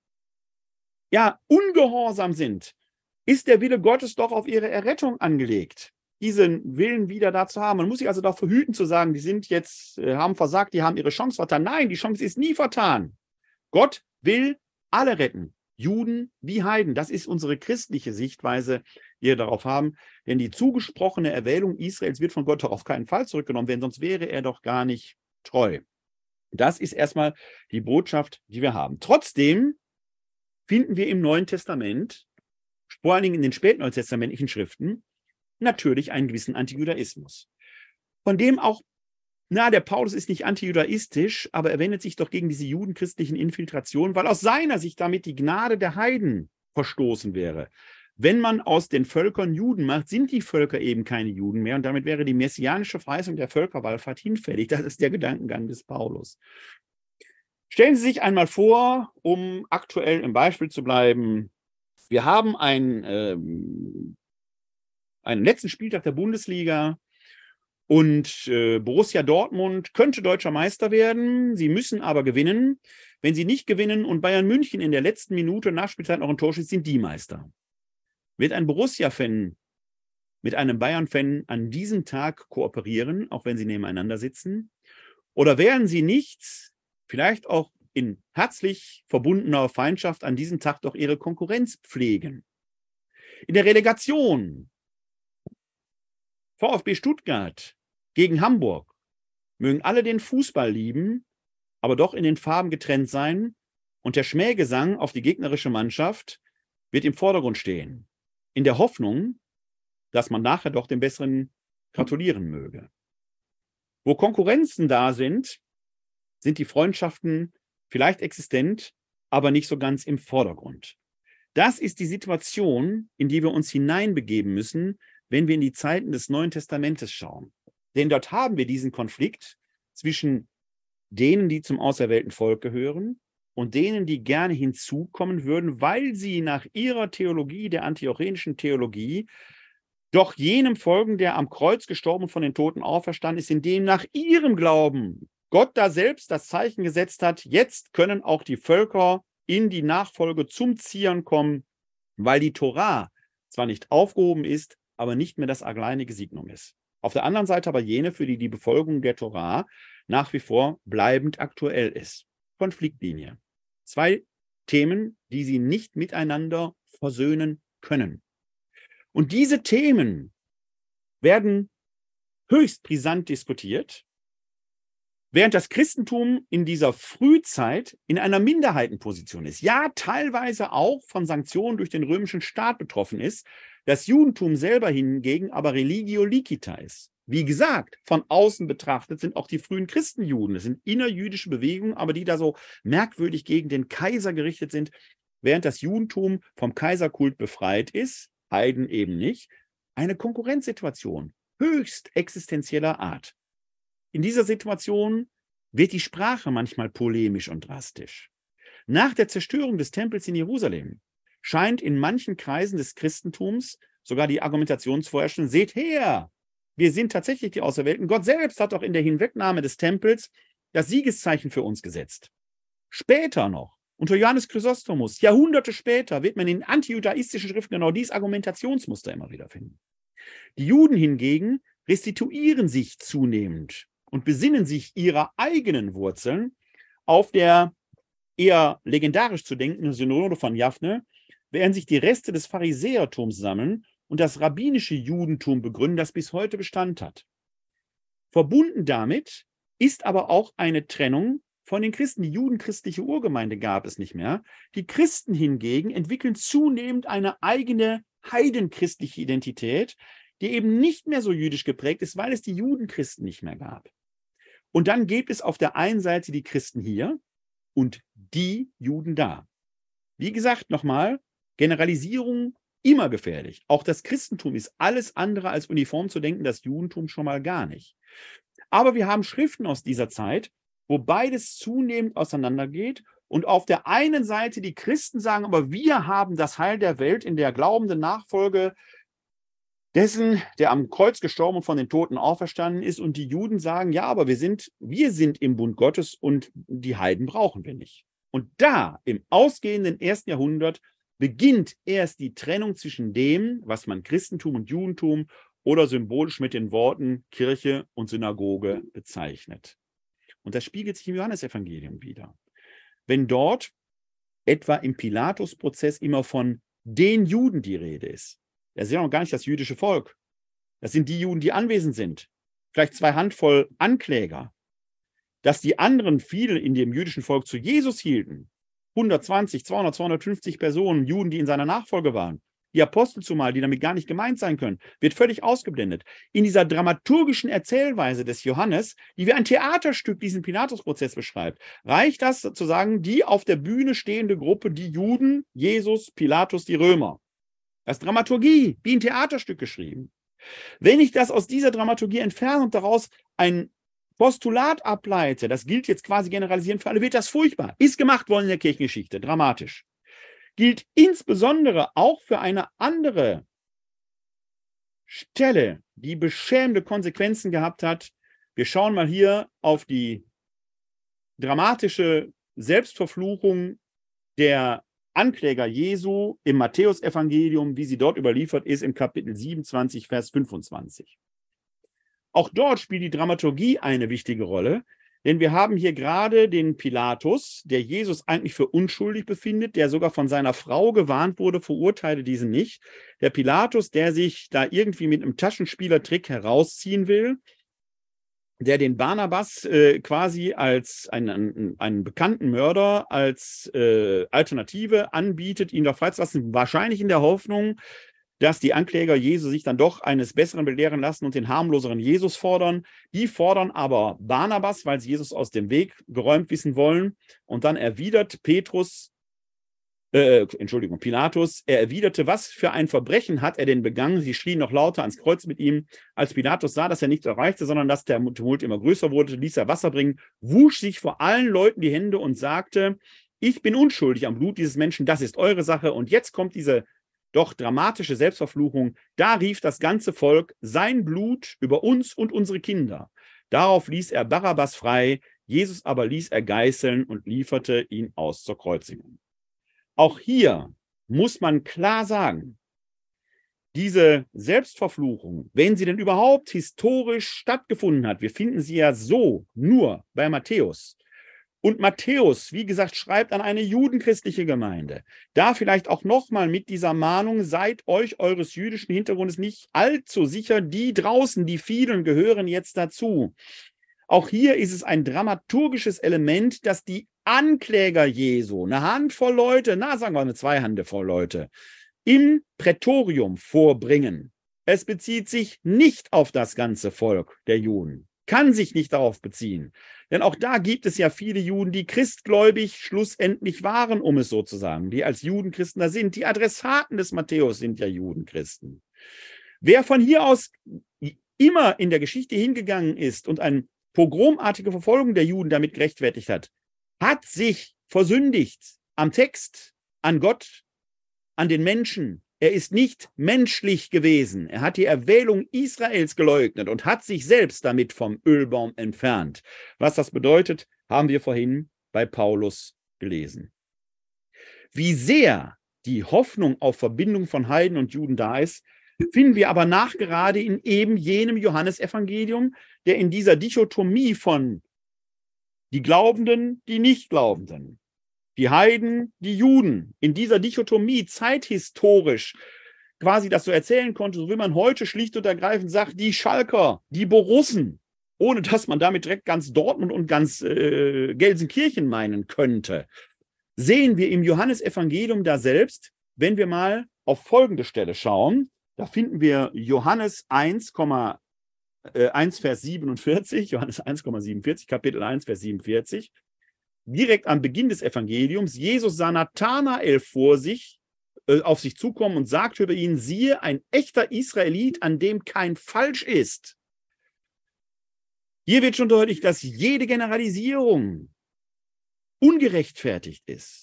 ja ungehorsam sind, ist der Wille Gottes doch auf ihre Errettung angelegt, diesen Willen wieder da zu haben. Man muss sich also davor hüten zu sagen, die sind jetzt, äh, haben versagt, die haben ihre Chance vertan. Nein, die Chance ist nie vertan. Gott will alle retten, Juden wie Heiden. Das ist unsere christliche Sichtweise, die wir darauf haben. Denn die zugesprochene Erwählung Israels wird von Gott doch auf keinen Fall zurückgenommen werden, sonst wäre er doch gar nicht treu. Das ist erstmal die Botschaft, die wir haben. Trotzdem finden wir im Neuen Testament, vor allen Dingen in den spätneutestamentlichen Schriften, natürlich einen gewissen Antijudaismus. Von dem auch, na, der Paulus ist nicht antijudaistisch, aber er wendet sich doch gegen diese judenchristlichen Infiltrationen, weil aus seiner Sicht damit die Gnade der Heiden verstoßen wäre. Wenn man aus den Völkern Juden macht, sind die Völker eben keine Juden mehr und damit wäre die messianische Verheißung der Völkerwallfahrt hinfällig. Das ist der Gedankengang des Paulus. Stellen Sie sich einmal vor, um aktuell im Beispiel zu bleiben, wir haben ein ähm, einen letzten Spieltag der Bundesliga und äh, Borussia Dortmund könnte deutscher Meister werden. Sie müssen aber gewinnen. Wenn sie nicht gewinnen und Bayern München in der letzten Minute Nachspielzeit noch ein Tor schießt, sind die Meister. Wird ein Borussia-Fan mit einem Bayern-Fan an diesem Tag kooperieren, auch wenn sie nebeneinander sitzen? Oder werden sie nicht, vielleicht auch in herzlich verbundener Feindschaft, an diesem Tag doch ihre Konkurrenz pflegen? In der Relegation VfB Stuttgart gegen Hamburg mögen alle den Fußball lieben, aber doch in den Farben getrennt sein und der Schmähgesang auf die gegnerische Mannschaft wird im Vordergrund stehen, in der Hoffnung, dass man nachher doch dem Besseren gratulieren möge. Wo Konkurrenzen da sind, sind die Freundschaften vielleicht existent, aber nicht so ganz im Vordergrund. Das ist die Situation, in die wir uns hineinbegeben müssen, wenn wir in die Zeiten des Neuen Testamentes schauen. Denn dort haben wir diesen Konflikt zwischen denen, die zum auserwählten Volk gehören und denen, die gerne hinzukommen würden, weil sie nach ihrer Theologie, der antiochenischen Theologie, doch jenem folgen, der am Kreuz gestorben und von den Toten auferstanden ist, in dem nach ihrem Glauben Gott da selbst das Zeichen gesetzt hat, jetzt können auch die Völker in die Nachfolge zum Zion kommen, weil die Tora zwar nicht aufgehoben ist, aber nicht mehr das alleinige Signum ist. Auf der anderen Seite aber jene, für die die Befolgung der Tora nach wie vor bleibend aktuell ist. Konfliktlinie. Zwei Themen, die sie nicht miteinander versöhnen können. Und diese Themen werden höchst brisant diskutiert, während das Christentum in dieser Frühzeit in einer Minderheitenposition ist, ja teilweise auch von Sanktionen durch den römischen Staat betroffen ist, das Judentum selber hingegen aber religio licita ist. Wie gesagt, von außen betrachtet sind auch die frühen Christenjuden, es sind innerjüdische Bewegungen, aber die da so merkwürdig gegen den Kaiser gerichtet sind, während das Judentum vom Kaiserkult befreit ist, Heiden eben nicht, eine Konkurrenzsituation höchst existenzieller Art. In dieser Situation wird die Sprache manchmal polemisch und drastisch. Nach der Zerstörung des Tempels in Jerusalem scheint in manchen Kreisen des Christentums sogar die Argumentation zu vorherrschen, seht her, wir sind tatsächlich die Auserwählten. Gott selbst hat auch in der Hinwegnahme des Tempels das Siegeszeichen für uns gesetzt. Später noch, unter Johannes Chrysostomus, Jahrhunderte später, wird man in antijudaistischen Schriften genau dieses Argumentationsmuster immer wieder finden. Die Juden hingegen restituieren sich zunehmend und besinnen sich ihrer eigenen Wurzeln auf der eher legendarisch zu denkenden Synode von Jaffne, während sich die Reste des Pharisäertums sammeln und das rabbinische Judentum begründen, das bis heute Bestand hat. Verbunden damit ist aber auch eine Trennung von den Christen. Die judenchristliche Urgemeinde gab es nicht mehr. Die Christen hingegen entwickeln zunehmend eine eigene heidenchristliche Identität, die eben nicht mehr so jüdisch geprägt ist, weil es die Judenchristen nicht mehr gab. Und dann gibt es auf der einen Seite die Christen hier und die Juden da. Wie gesagt, nochmal, Generalisierung immer gefährlich. Auch das Christentum ist alles andere als uniform zu denken, das Judentum schon mal gar nicht. Aber wir haben Schriften aus dieser Zeit, wo beides zunehmend auseinandergeht und auf der einen Seite die Christen sagen, aber wir haben das Heil der Welt in der glaubenden Nachfolge dessen, der am Kreuz gestorben und von den Toten auferstanden ist, und die Juden sagen, ja, aber wir sind, wir sind im Bund Gottes und die Heiden brauchen wir nicht. Und da, im ausgehenden ersten Jahrhundert, beginnt erst die Trennung zwischen dem, was man Christentum und Judentum oder symbolisch mit den Worten Kirche und Synagoge bezeichnet. Und das spiegelt sich im Johannesevangelium wider. Wenn dort etwa im Pilatus-Prozess immer von den Juden die Rede ist, das ist ja noch gar nicht das jüdische Volk. Das sind die Juden, die anwesend sind. Vielleicht zwei Handvoll Ankläger. Dass die anderen viele in dem jüdischen Volk zu Jesus hielten, hundertzwanzig, zweihundert, zweihundertfünfzig Personen, Juden, die in seiner Nachfolge waren, die Apostel zumal, die damit gar nicht gemeint sein können, wird völlig ausgeblendet. In dieser dramaturgischen Erzählweise des Johannes, die wie ein Theaterstück diesen Pilatus-Prozess beschreibt, reicht das zu sagen, die auf der Bühne stehende Gruppe, die Juden, Jesus, Pilatus, die Römer. Das ist Dramaturgie, wie ein Theaterstück geschrieben. Wenn ich das aus dieser Dramaturgie entferne und daraus ein Postulat ableite, das gilt jetzt quasi generalisierend für alle, wird das furchtbar. Ist gemacht worden in der Kirchengeschichte, dramatisch. Gilt insbesondere auch für eine andere Stelle, die beschämende Konsequenzen gehabt hat. Wir schauen mal hier auf die dramatische Selbstverfluchung der Ankläger Jesu im Matthäusevangelium, wie sie dort überliefert ist, im Kapitel siebenundzwanzig, Vers fünfundzwanzig. Auch dort spielt die Dramaturgie eine wichtige Rolle, denn wir haben hier gerade den Pilatus, der Jesus eigentlich für unschuldig befindet, der sogar von seiner Frau gewarnt wurde, verurteile diesen nicht. Der Pilatus, der sich da irgendwie mit einem Taschenspielertrick herausziehen will, der den Barnabas äh, quasi als einen, einen, einen bekannten Mörder als äh, Alternative anbietet, ihn doch freizulassen, wahrscheinlich in der Hoffnung, dass die Ankläger Jesu sich dann doch eines Besseren belehren lassen und den harmloseren Jesus fordern. Die fordern aber Barnabas, weil sie Jesus aus dem Weg geräumt wissen wollen. Und dann erwidert Petrus, äh, Entschuldigung, Pilatus, er erwiderte, was für ein Verbrechen hat er denn begangen? Sie schrien noch lauter ans Kreuz mit ihm. Als Pilatus sah, dass er nichts erreichte, sondern dass der Tumult immer größer wurde, ließ er Wasser bringen, wusch sich vor allen Leuten die Hände und sagte, ich bin unschuldig am Blut dieses Menschen, das ist eure Sache. Und jetzt kommt diese doch dramatische Selbstverfluchung. Da rief das ganze Volk, sein Blut über uns und unsere Kinder. Darauf ließ er Barabbas frei, Jesus aber ließ er geißeln und lieferte ihn aus zur Kreuzigung. Auch hier muss man klar sagen, diese Selbstverfluchung, wenn sie denn überhaupt historisch stattgefunden hat, wir finden sie ja so nur bei Matthäus. Und Matthäus, wie gesagt, schreibt an eine judenchristliche Gemeinde. Da vielleicht auch nochmal mit dieser Mahnung, seid euch eures jüdischen Hintergrundes nicht allzu sicher, die draußen, die vielen gehören jetzt dazu. Auch hier ist es ein dramaturgisches Element, dass die Ankläger Jesu, eine Handvoll Leute, na sagen wir eine Zweihandvoll Leute, im Prätorium vorbringen. Es bezieht sich nicht auf das ganze Volk der Juden, kann sich nicht darauf beziehen. Denn auch da gibt es ja viele Juden, die christgläubig schlussendlich waren, um es so zu sagen, die als Judenchristen da sind. Die Adressaten des Matthäus sind ja Judenchristen. Wer von hier aus immer in der Geschichte hingegangen ist und eine pogromartige Verfolgung der Juden damit gerechtfertigt hat, hat sich versündigt am Text, an Gott, an den Menschen. Er ist nicht menschlich gewesen. Er hat die Erwählung Israels geleugnet und hat sich selbst damit vom Ölbaum entfernt. Was das bedeutet, haben wir vorhin bei Paulus gelesen. Wie sehr die Hoffnung auf Verbindung von Heiden und Juden da ist, finden wir aber nachgerade in eben jenem Johannesevangelium, der in dieser Dichotomie von die Glaubenden, die Nichtglaubenden, die Heiden, die Juden, in dieser Dichotomie zeithistorisch quasi das so erzählen konnte, so wie man heute schlicht und ergreifend sagt, die Schalker, die Borussen, ohne dass man damit direkt ganz Dortmund und ganz äh, Gelsenkirchen meinen könnte, sehen wir im Johannesevangelium da selbst, wenn wir mal auf folgende Stelle schauen, da finden wir Johannes eins, eins, Vers siebenundvierzig, Johannes eins, siebenundvierzig, Kapitel eins, Vers siebenundvierzig, direkt am Beginn des Evangeliums. Jesus sah Nathanael vor sich, äh, auf sich zukommen und sagte über ihn, siehe, ein echter Israelit, an dem kein Falsch ist. Hier wird schon deutlich, dass jede Generalisierung ungerechtfertigt ist.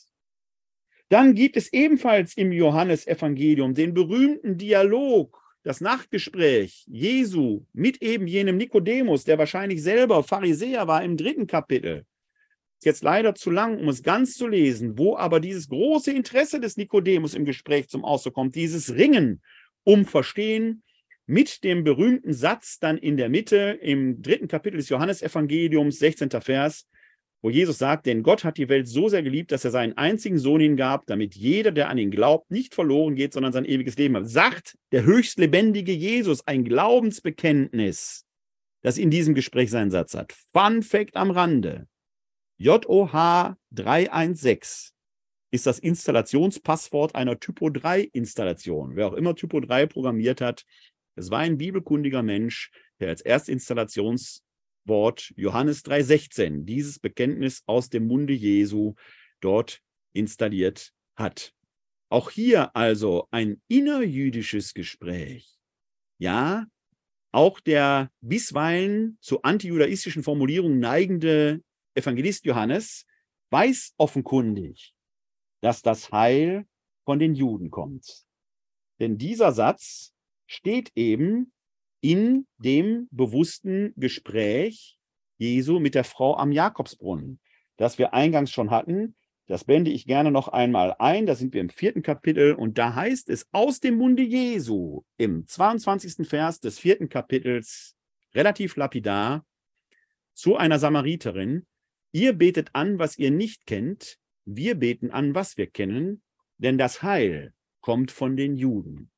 Dann gibt es ebenfalls im Johannesevangelium den berühmten Dialog, das Nachtgespräch Jesu mit eben jenem Nikodemus, der wahrscheinlich selber Pharisäer war, im dritten Kapitel. Ist jetzt leider zu lang, um es ganz zu lesen, wo aber dieses große Interesse des Nikodemus im Gespräch zum Ausdruck kommt, dieses Ringen um Verstehen mit dem berühmten Satz dann in der Mitte im dritten Kapitel des Johannesevangeliums, sechzehnter Vers, wo Jesus sagt, denn Gott hat die Welt so sehr geliebt, dass er seinen einzigen Sohn hingab, damit jeder, der an ihn glaubt, nicht verloren geht, sondern sein ewiges Leben hat. Sagt der höchstlebendige Jesus, ein Glaubensbekenntnis, das in diesem Gespräch seinen Satz hat. Fun Fact am Rande. J O H drei eins sechs ist das Installationspasswort einer Typo drei Installation. Wer auch immer Typo drei programmiert hat, es war ein bibelkundiger Mensch, der als Erstinstallationswort Johannes drei sechzehn dieses Bekenntnis aus dem Munde Jesu dort installiert hat. Auch hier also ein innerjüdisches Gespräch. Ja, auch der bisweilen zu antijudaistischen Formulierungen neigende Evangelist Johannes weiß offenkundig, dass das Heil von den Juden kommt. Denn dieser Satz steht eben in dem bewussten Gespräch Jesu mit der Frau am Jakobsbrunnen, das wir eingangs schon hatten. Das blende ich gerne noch einmal ein. Da sind wir im vierten Kapitel und da heißt es aus dem Munde Jesu im zweiundzwanzigsten Vers des vierten Kapitels relativ lapidar zu einer Samariterin: Ihr betet an, was ihr nicht kennt, wir beten an, was wir kennen, denn das Heil kommt von den Juden.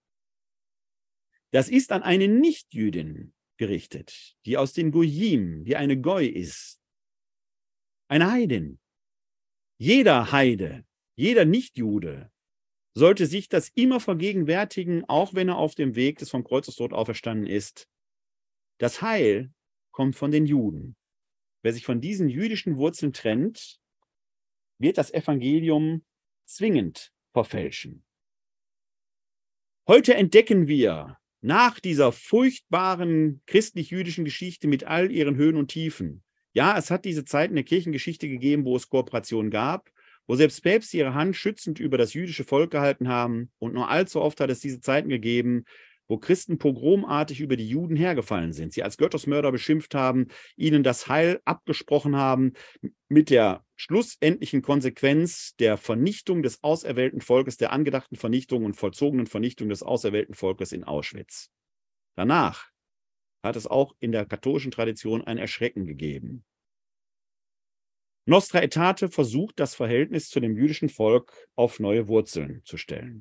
Das ist an eine Nichtjüdin gerichtet, die aus den Goyim, die eine Goi ist. Eine Heidin. Jeder Heide, jeder Nichtjude sollte sich das immer vergegenwärtigen, auch wenn er auf dem Weg des vom Kreuzestod auferstanden ist. Das Heil kommt von den Juden. Wer sich von diesen jüdischen Wurzeln trennt, wird das Evangelium zwingend verfälschen. Heute entdecken wir nach dieser furchtbaren christlich-jüdischen Geschichte mit all ihren Höhen und Tiefen, ja, es hat diese Zeiten der Kirchengeschichte gegeben, wo es Kooperationen gab, wo selbst Päpste ihre Hand schützend über das jüdische Volk gehalten haben, und nur allzu oft hat es diese Zeiten gegeben, wo Christen pogromartig über die Juden hergefallen sind, sie als Gottesmörder beschimpft haben, ihnen das Heil abgesprochen haben, mit der schlussendlichen Konsequenz der Vernichtung des auserwählten Volkes, der angedachten Vernichtung und vollzogenen Vernichtung des auserwählten Volkes in Auschwitz. Danach hat es auch in der katholischen Tradition ein Erschrecken gegeben. Nostra Aetate versucht, das Verhältnis zu dem jüdischen Volk auf neue Wurzeln zu stellen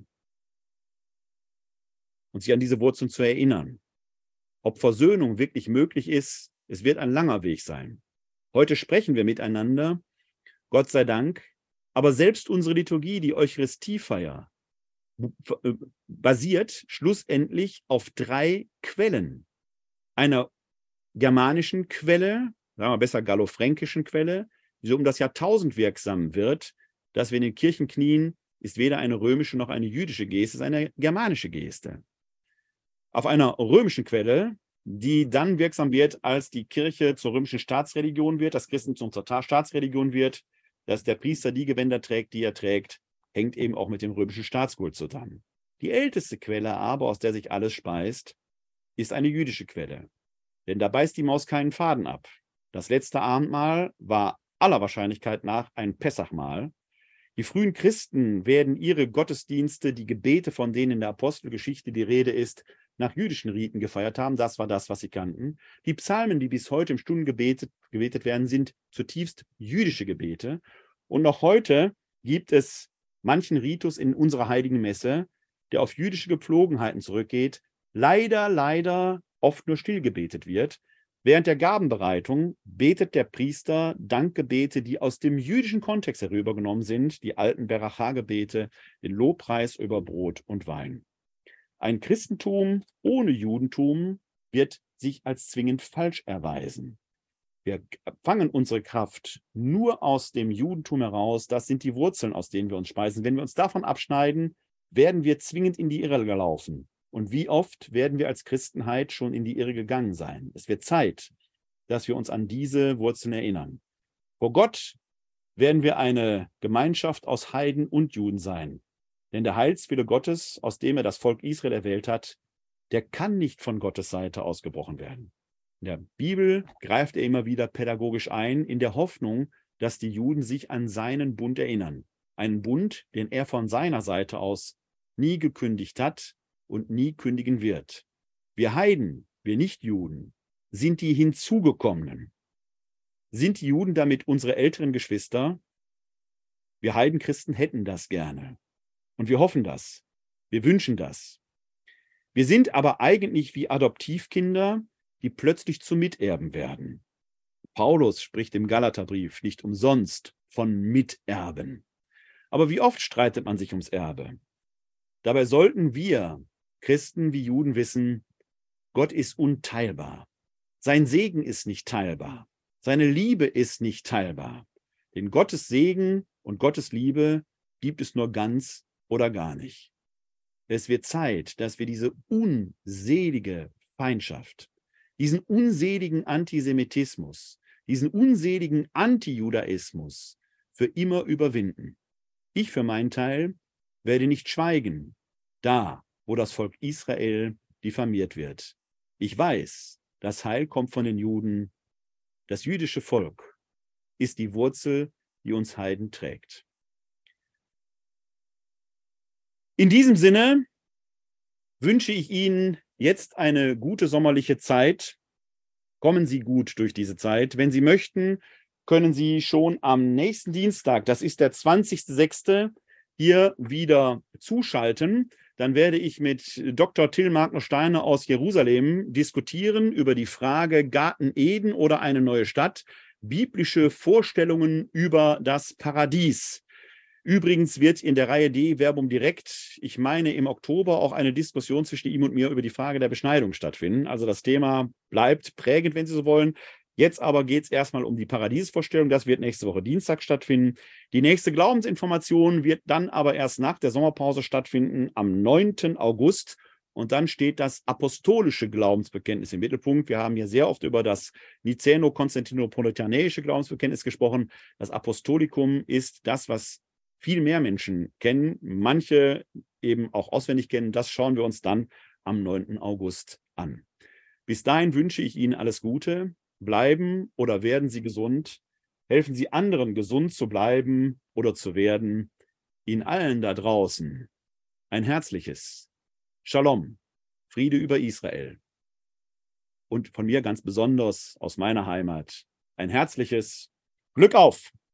und sich an diese Wurzeln zu erinnern. Ob Versöhnung wirklich möglich ist, es wird ein langer Weg sein. Heute sprechen wir miteinander, Gott sei Dank, aber selbst unsere Liturgie, die Eucharistiefeier, basiert schlussendlich auf drei Quellen. Einer germanischen Quelle, sagen wir besser gallofränkischen Quelle, die so um das Jahrtausend wirksam wird, dass wir in den Kirchen knien, ist weder eine römische noch eine jüdische Geste, es ist eine germanische Geste. Auf einer römischen Quelle, die dann wirksam wird, als die Kirche zur römischen Staatsreligion wird, das Christentum zur Staatsreligion wird, dass der Priester die Gewänder trägt, die er trägt, hängt eben auch mit dem römischen Staatskult zusammen. Die älteste Quelle aber, aus der sich alles speist, ist eine jüdische Quelle. Denn da beißt die Maus keinen Faden ab. Das letzte Abendmahl war aller Wahrscheinlichkeit nach ein Pessachmahl. Die frühen Christen werden ihre Gottesdienste, die Gebete, von denen in der Apostelgeschichte die Rede ist, nach jüdischen Riten gefeiert haben. Das war das, was sie kannten. Die Psalmen, die bis heute im Stundengebet gebetet werden, sind zutiefst jüdische Gebete. Und noch heute gibt es manchen Ritus in unserer heiligen Messe, der auf jüdische Gepflogenheiten zurückgeht, leider, leider oft nur still gebetet wird. Während der Gabenbereitung betet der Priester Dankgebete, die aus dem jüdischen Kontext herübergenommen sind, die alten Beracha-Gebete, den Lobpreis über Brot und Wein. Ein Christentum ohne Judentum wird sich als zwingend falsch erweisen. Wir fangen unsere Kraft nur aus dem Judentum heraus. Das sind die Wurzeln, aus denen wir uns speisen. Wenn wir uns davon abschneiden, werden wir zwingend in die Irre gelaufen. Und wie oft werden wir als Christenheit schon in die Irre gegangen sein? Es wird Zeit, dass wir uns an diese Wurzeln erinnern. Vor Gott werden wir eine Gemeinschaft aus Heiden und Juden sein. Denn der Heilswille Gottes, aus dem er das Volk Israel erwählt hat, der kann nicht von Gottes Seite ausgebrochen werden. In der Bibel greift er immer wieder pädagogisch ein, in der Hoffnung, dass die Juden sich an seinen Bund erinnern. Einen Bund, den er von seiner Seite aus nie gekündigt hat und nie kündigen wird. Wir Heiden, wir Nichtjuden, sind die Hinzugekommenen. Sind die Juden damit unsere älteren Geschwister? Wir Heidenchristen hätten das gerne. Und wir hoffen das. Wir wünschen das. Wir sind aber eigentlich wie Adoptivkinder, die plötzlich zu Miterben werden. Paulus spricht im Galaterbrief nicht umsonst von Miterben. Aber wie oft streitet man sich ums Erbe? Dabei sollten wir Christen wie Juden wissen, Gott ist unteilbar. Sein Segen ist nicht teilbar. Seine Liebe ist nicht teilbar. Denn Gottes Segen und Gottes Liebe gibt es nur ganz oder gar nicht. Es wird Zeit, dass wir diese unselige Feindschaft, diesen unseligen Antisemitismus, diesen unseligen Antijudaismus für immer überwinden. Ich für meinen Teil werde nicht schweigen, da, wo das Volk Israel diffamiert wird. Ich weiß, das Heil kommt von den Juden. Das jüdische Volk ist die Wurzel, die uns Heiden trägt. In diesem Sinne wünsche ich Ihnen jetzt eine gute sommerliche Zeit. Kommen Sie gut durch diese Zeit. Wenn Sie möchten, können Sie schon am nächsten Dienstag, das ist der zwanzigste sechste, hier wieder zuschalten. Dann werde ich mit Doktor Till Magner-Steiner aus Jerusalem diskutieren über die Frage Garten Eden oder eine neue Stadt, biblische Vorstellungen über das Paradies. Übrigens wird in der Reihe D Verbum direkt, ich meine im Oktober, auch eine Diskussion zwischen ihm und mir über die Frage der Beschneidung stattfinden. Also das Thema bleibt prägend, wenn Sie so wollen. Jetzt aber geht es erstmal um die Paradiesvorstellung. Das wird nächste Woche Dienstag stattfinden. Die nächste Glaubensinformation wird dann aber erst nach der Sommerpause stattfinden, am neunten August. Und dann steht das apostolische Glaubensbekenntnis im Mittelpunkt. Wir haben hier sehr oft über das Nicäno-Konstantinopolitanische Glaubensbekenntnis gesprochen. Das Apostolikum ist das, was viel mehr Menschen kennen, manche eben auch auswendig kennen. Das schauen wir uns dann am neunten August an. Bis dahin wünsche ich Ihnen alles Gute. Bleiben oder werden Sie gesund. Helfen Sie anderen, gesund zu bleiben oder zu werden. Ihnen allen da draußen ein herzliches Shalom, Friede über Israel. Und von mir ganz besonders aus meiner Heimat ein herzliches Glück auf!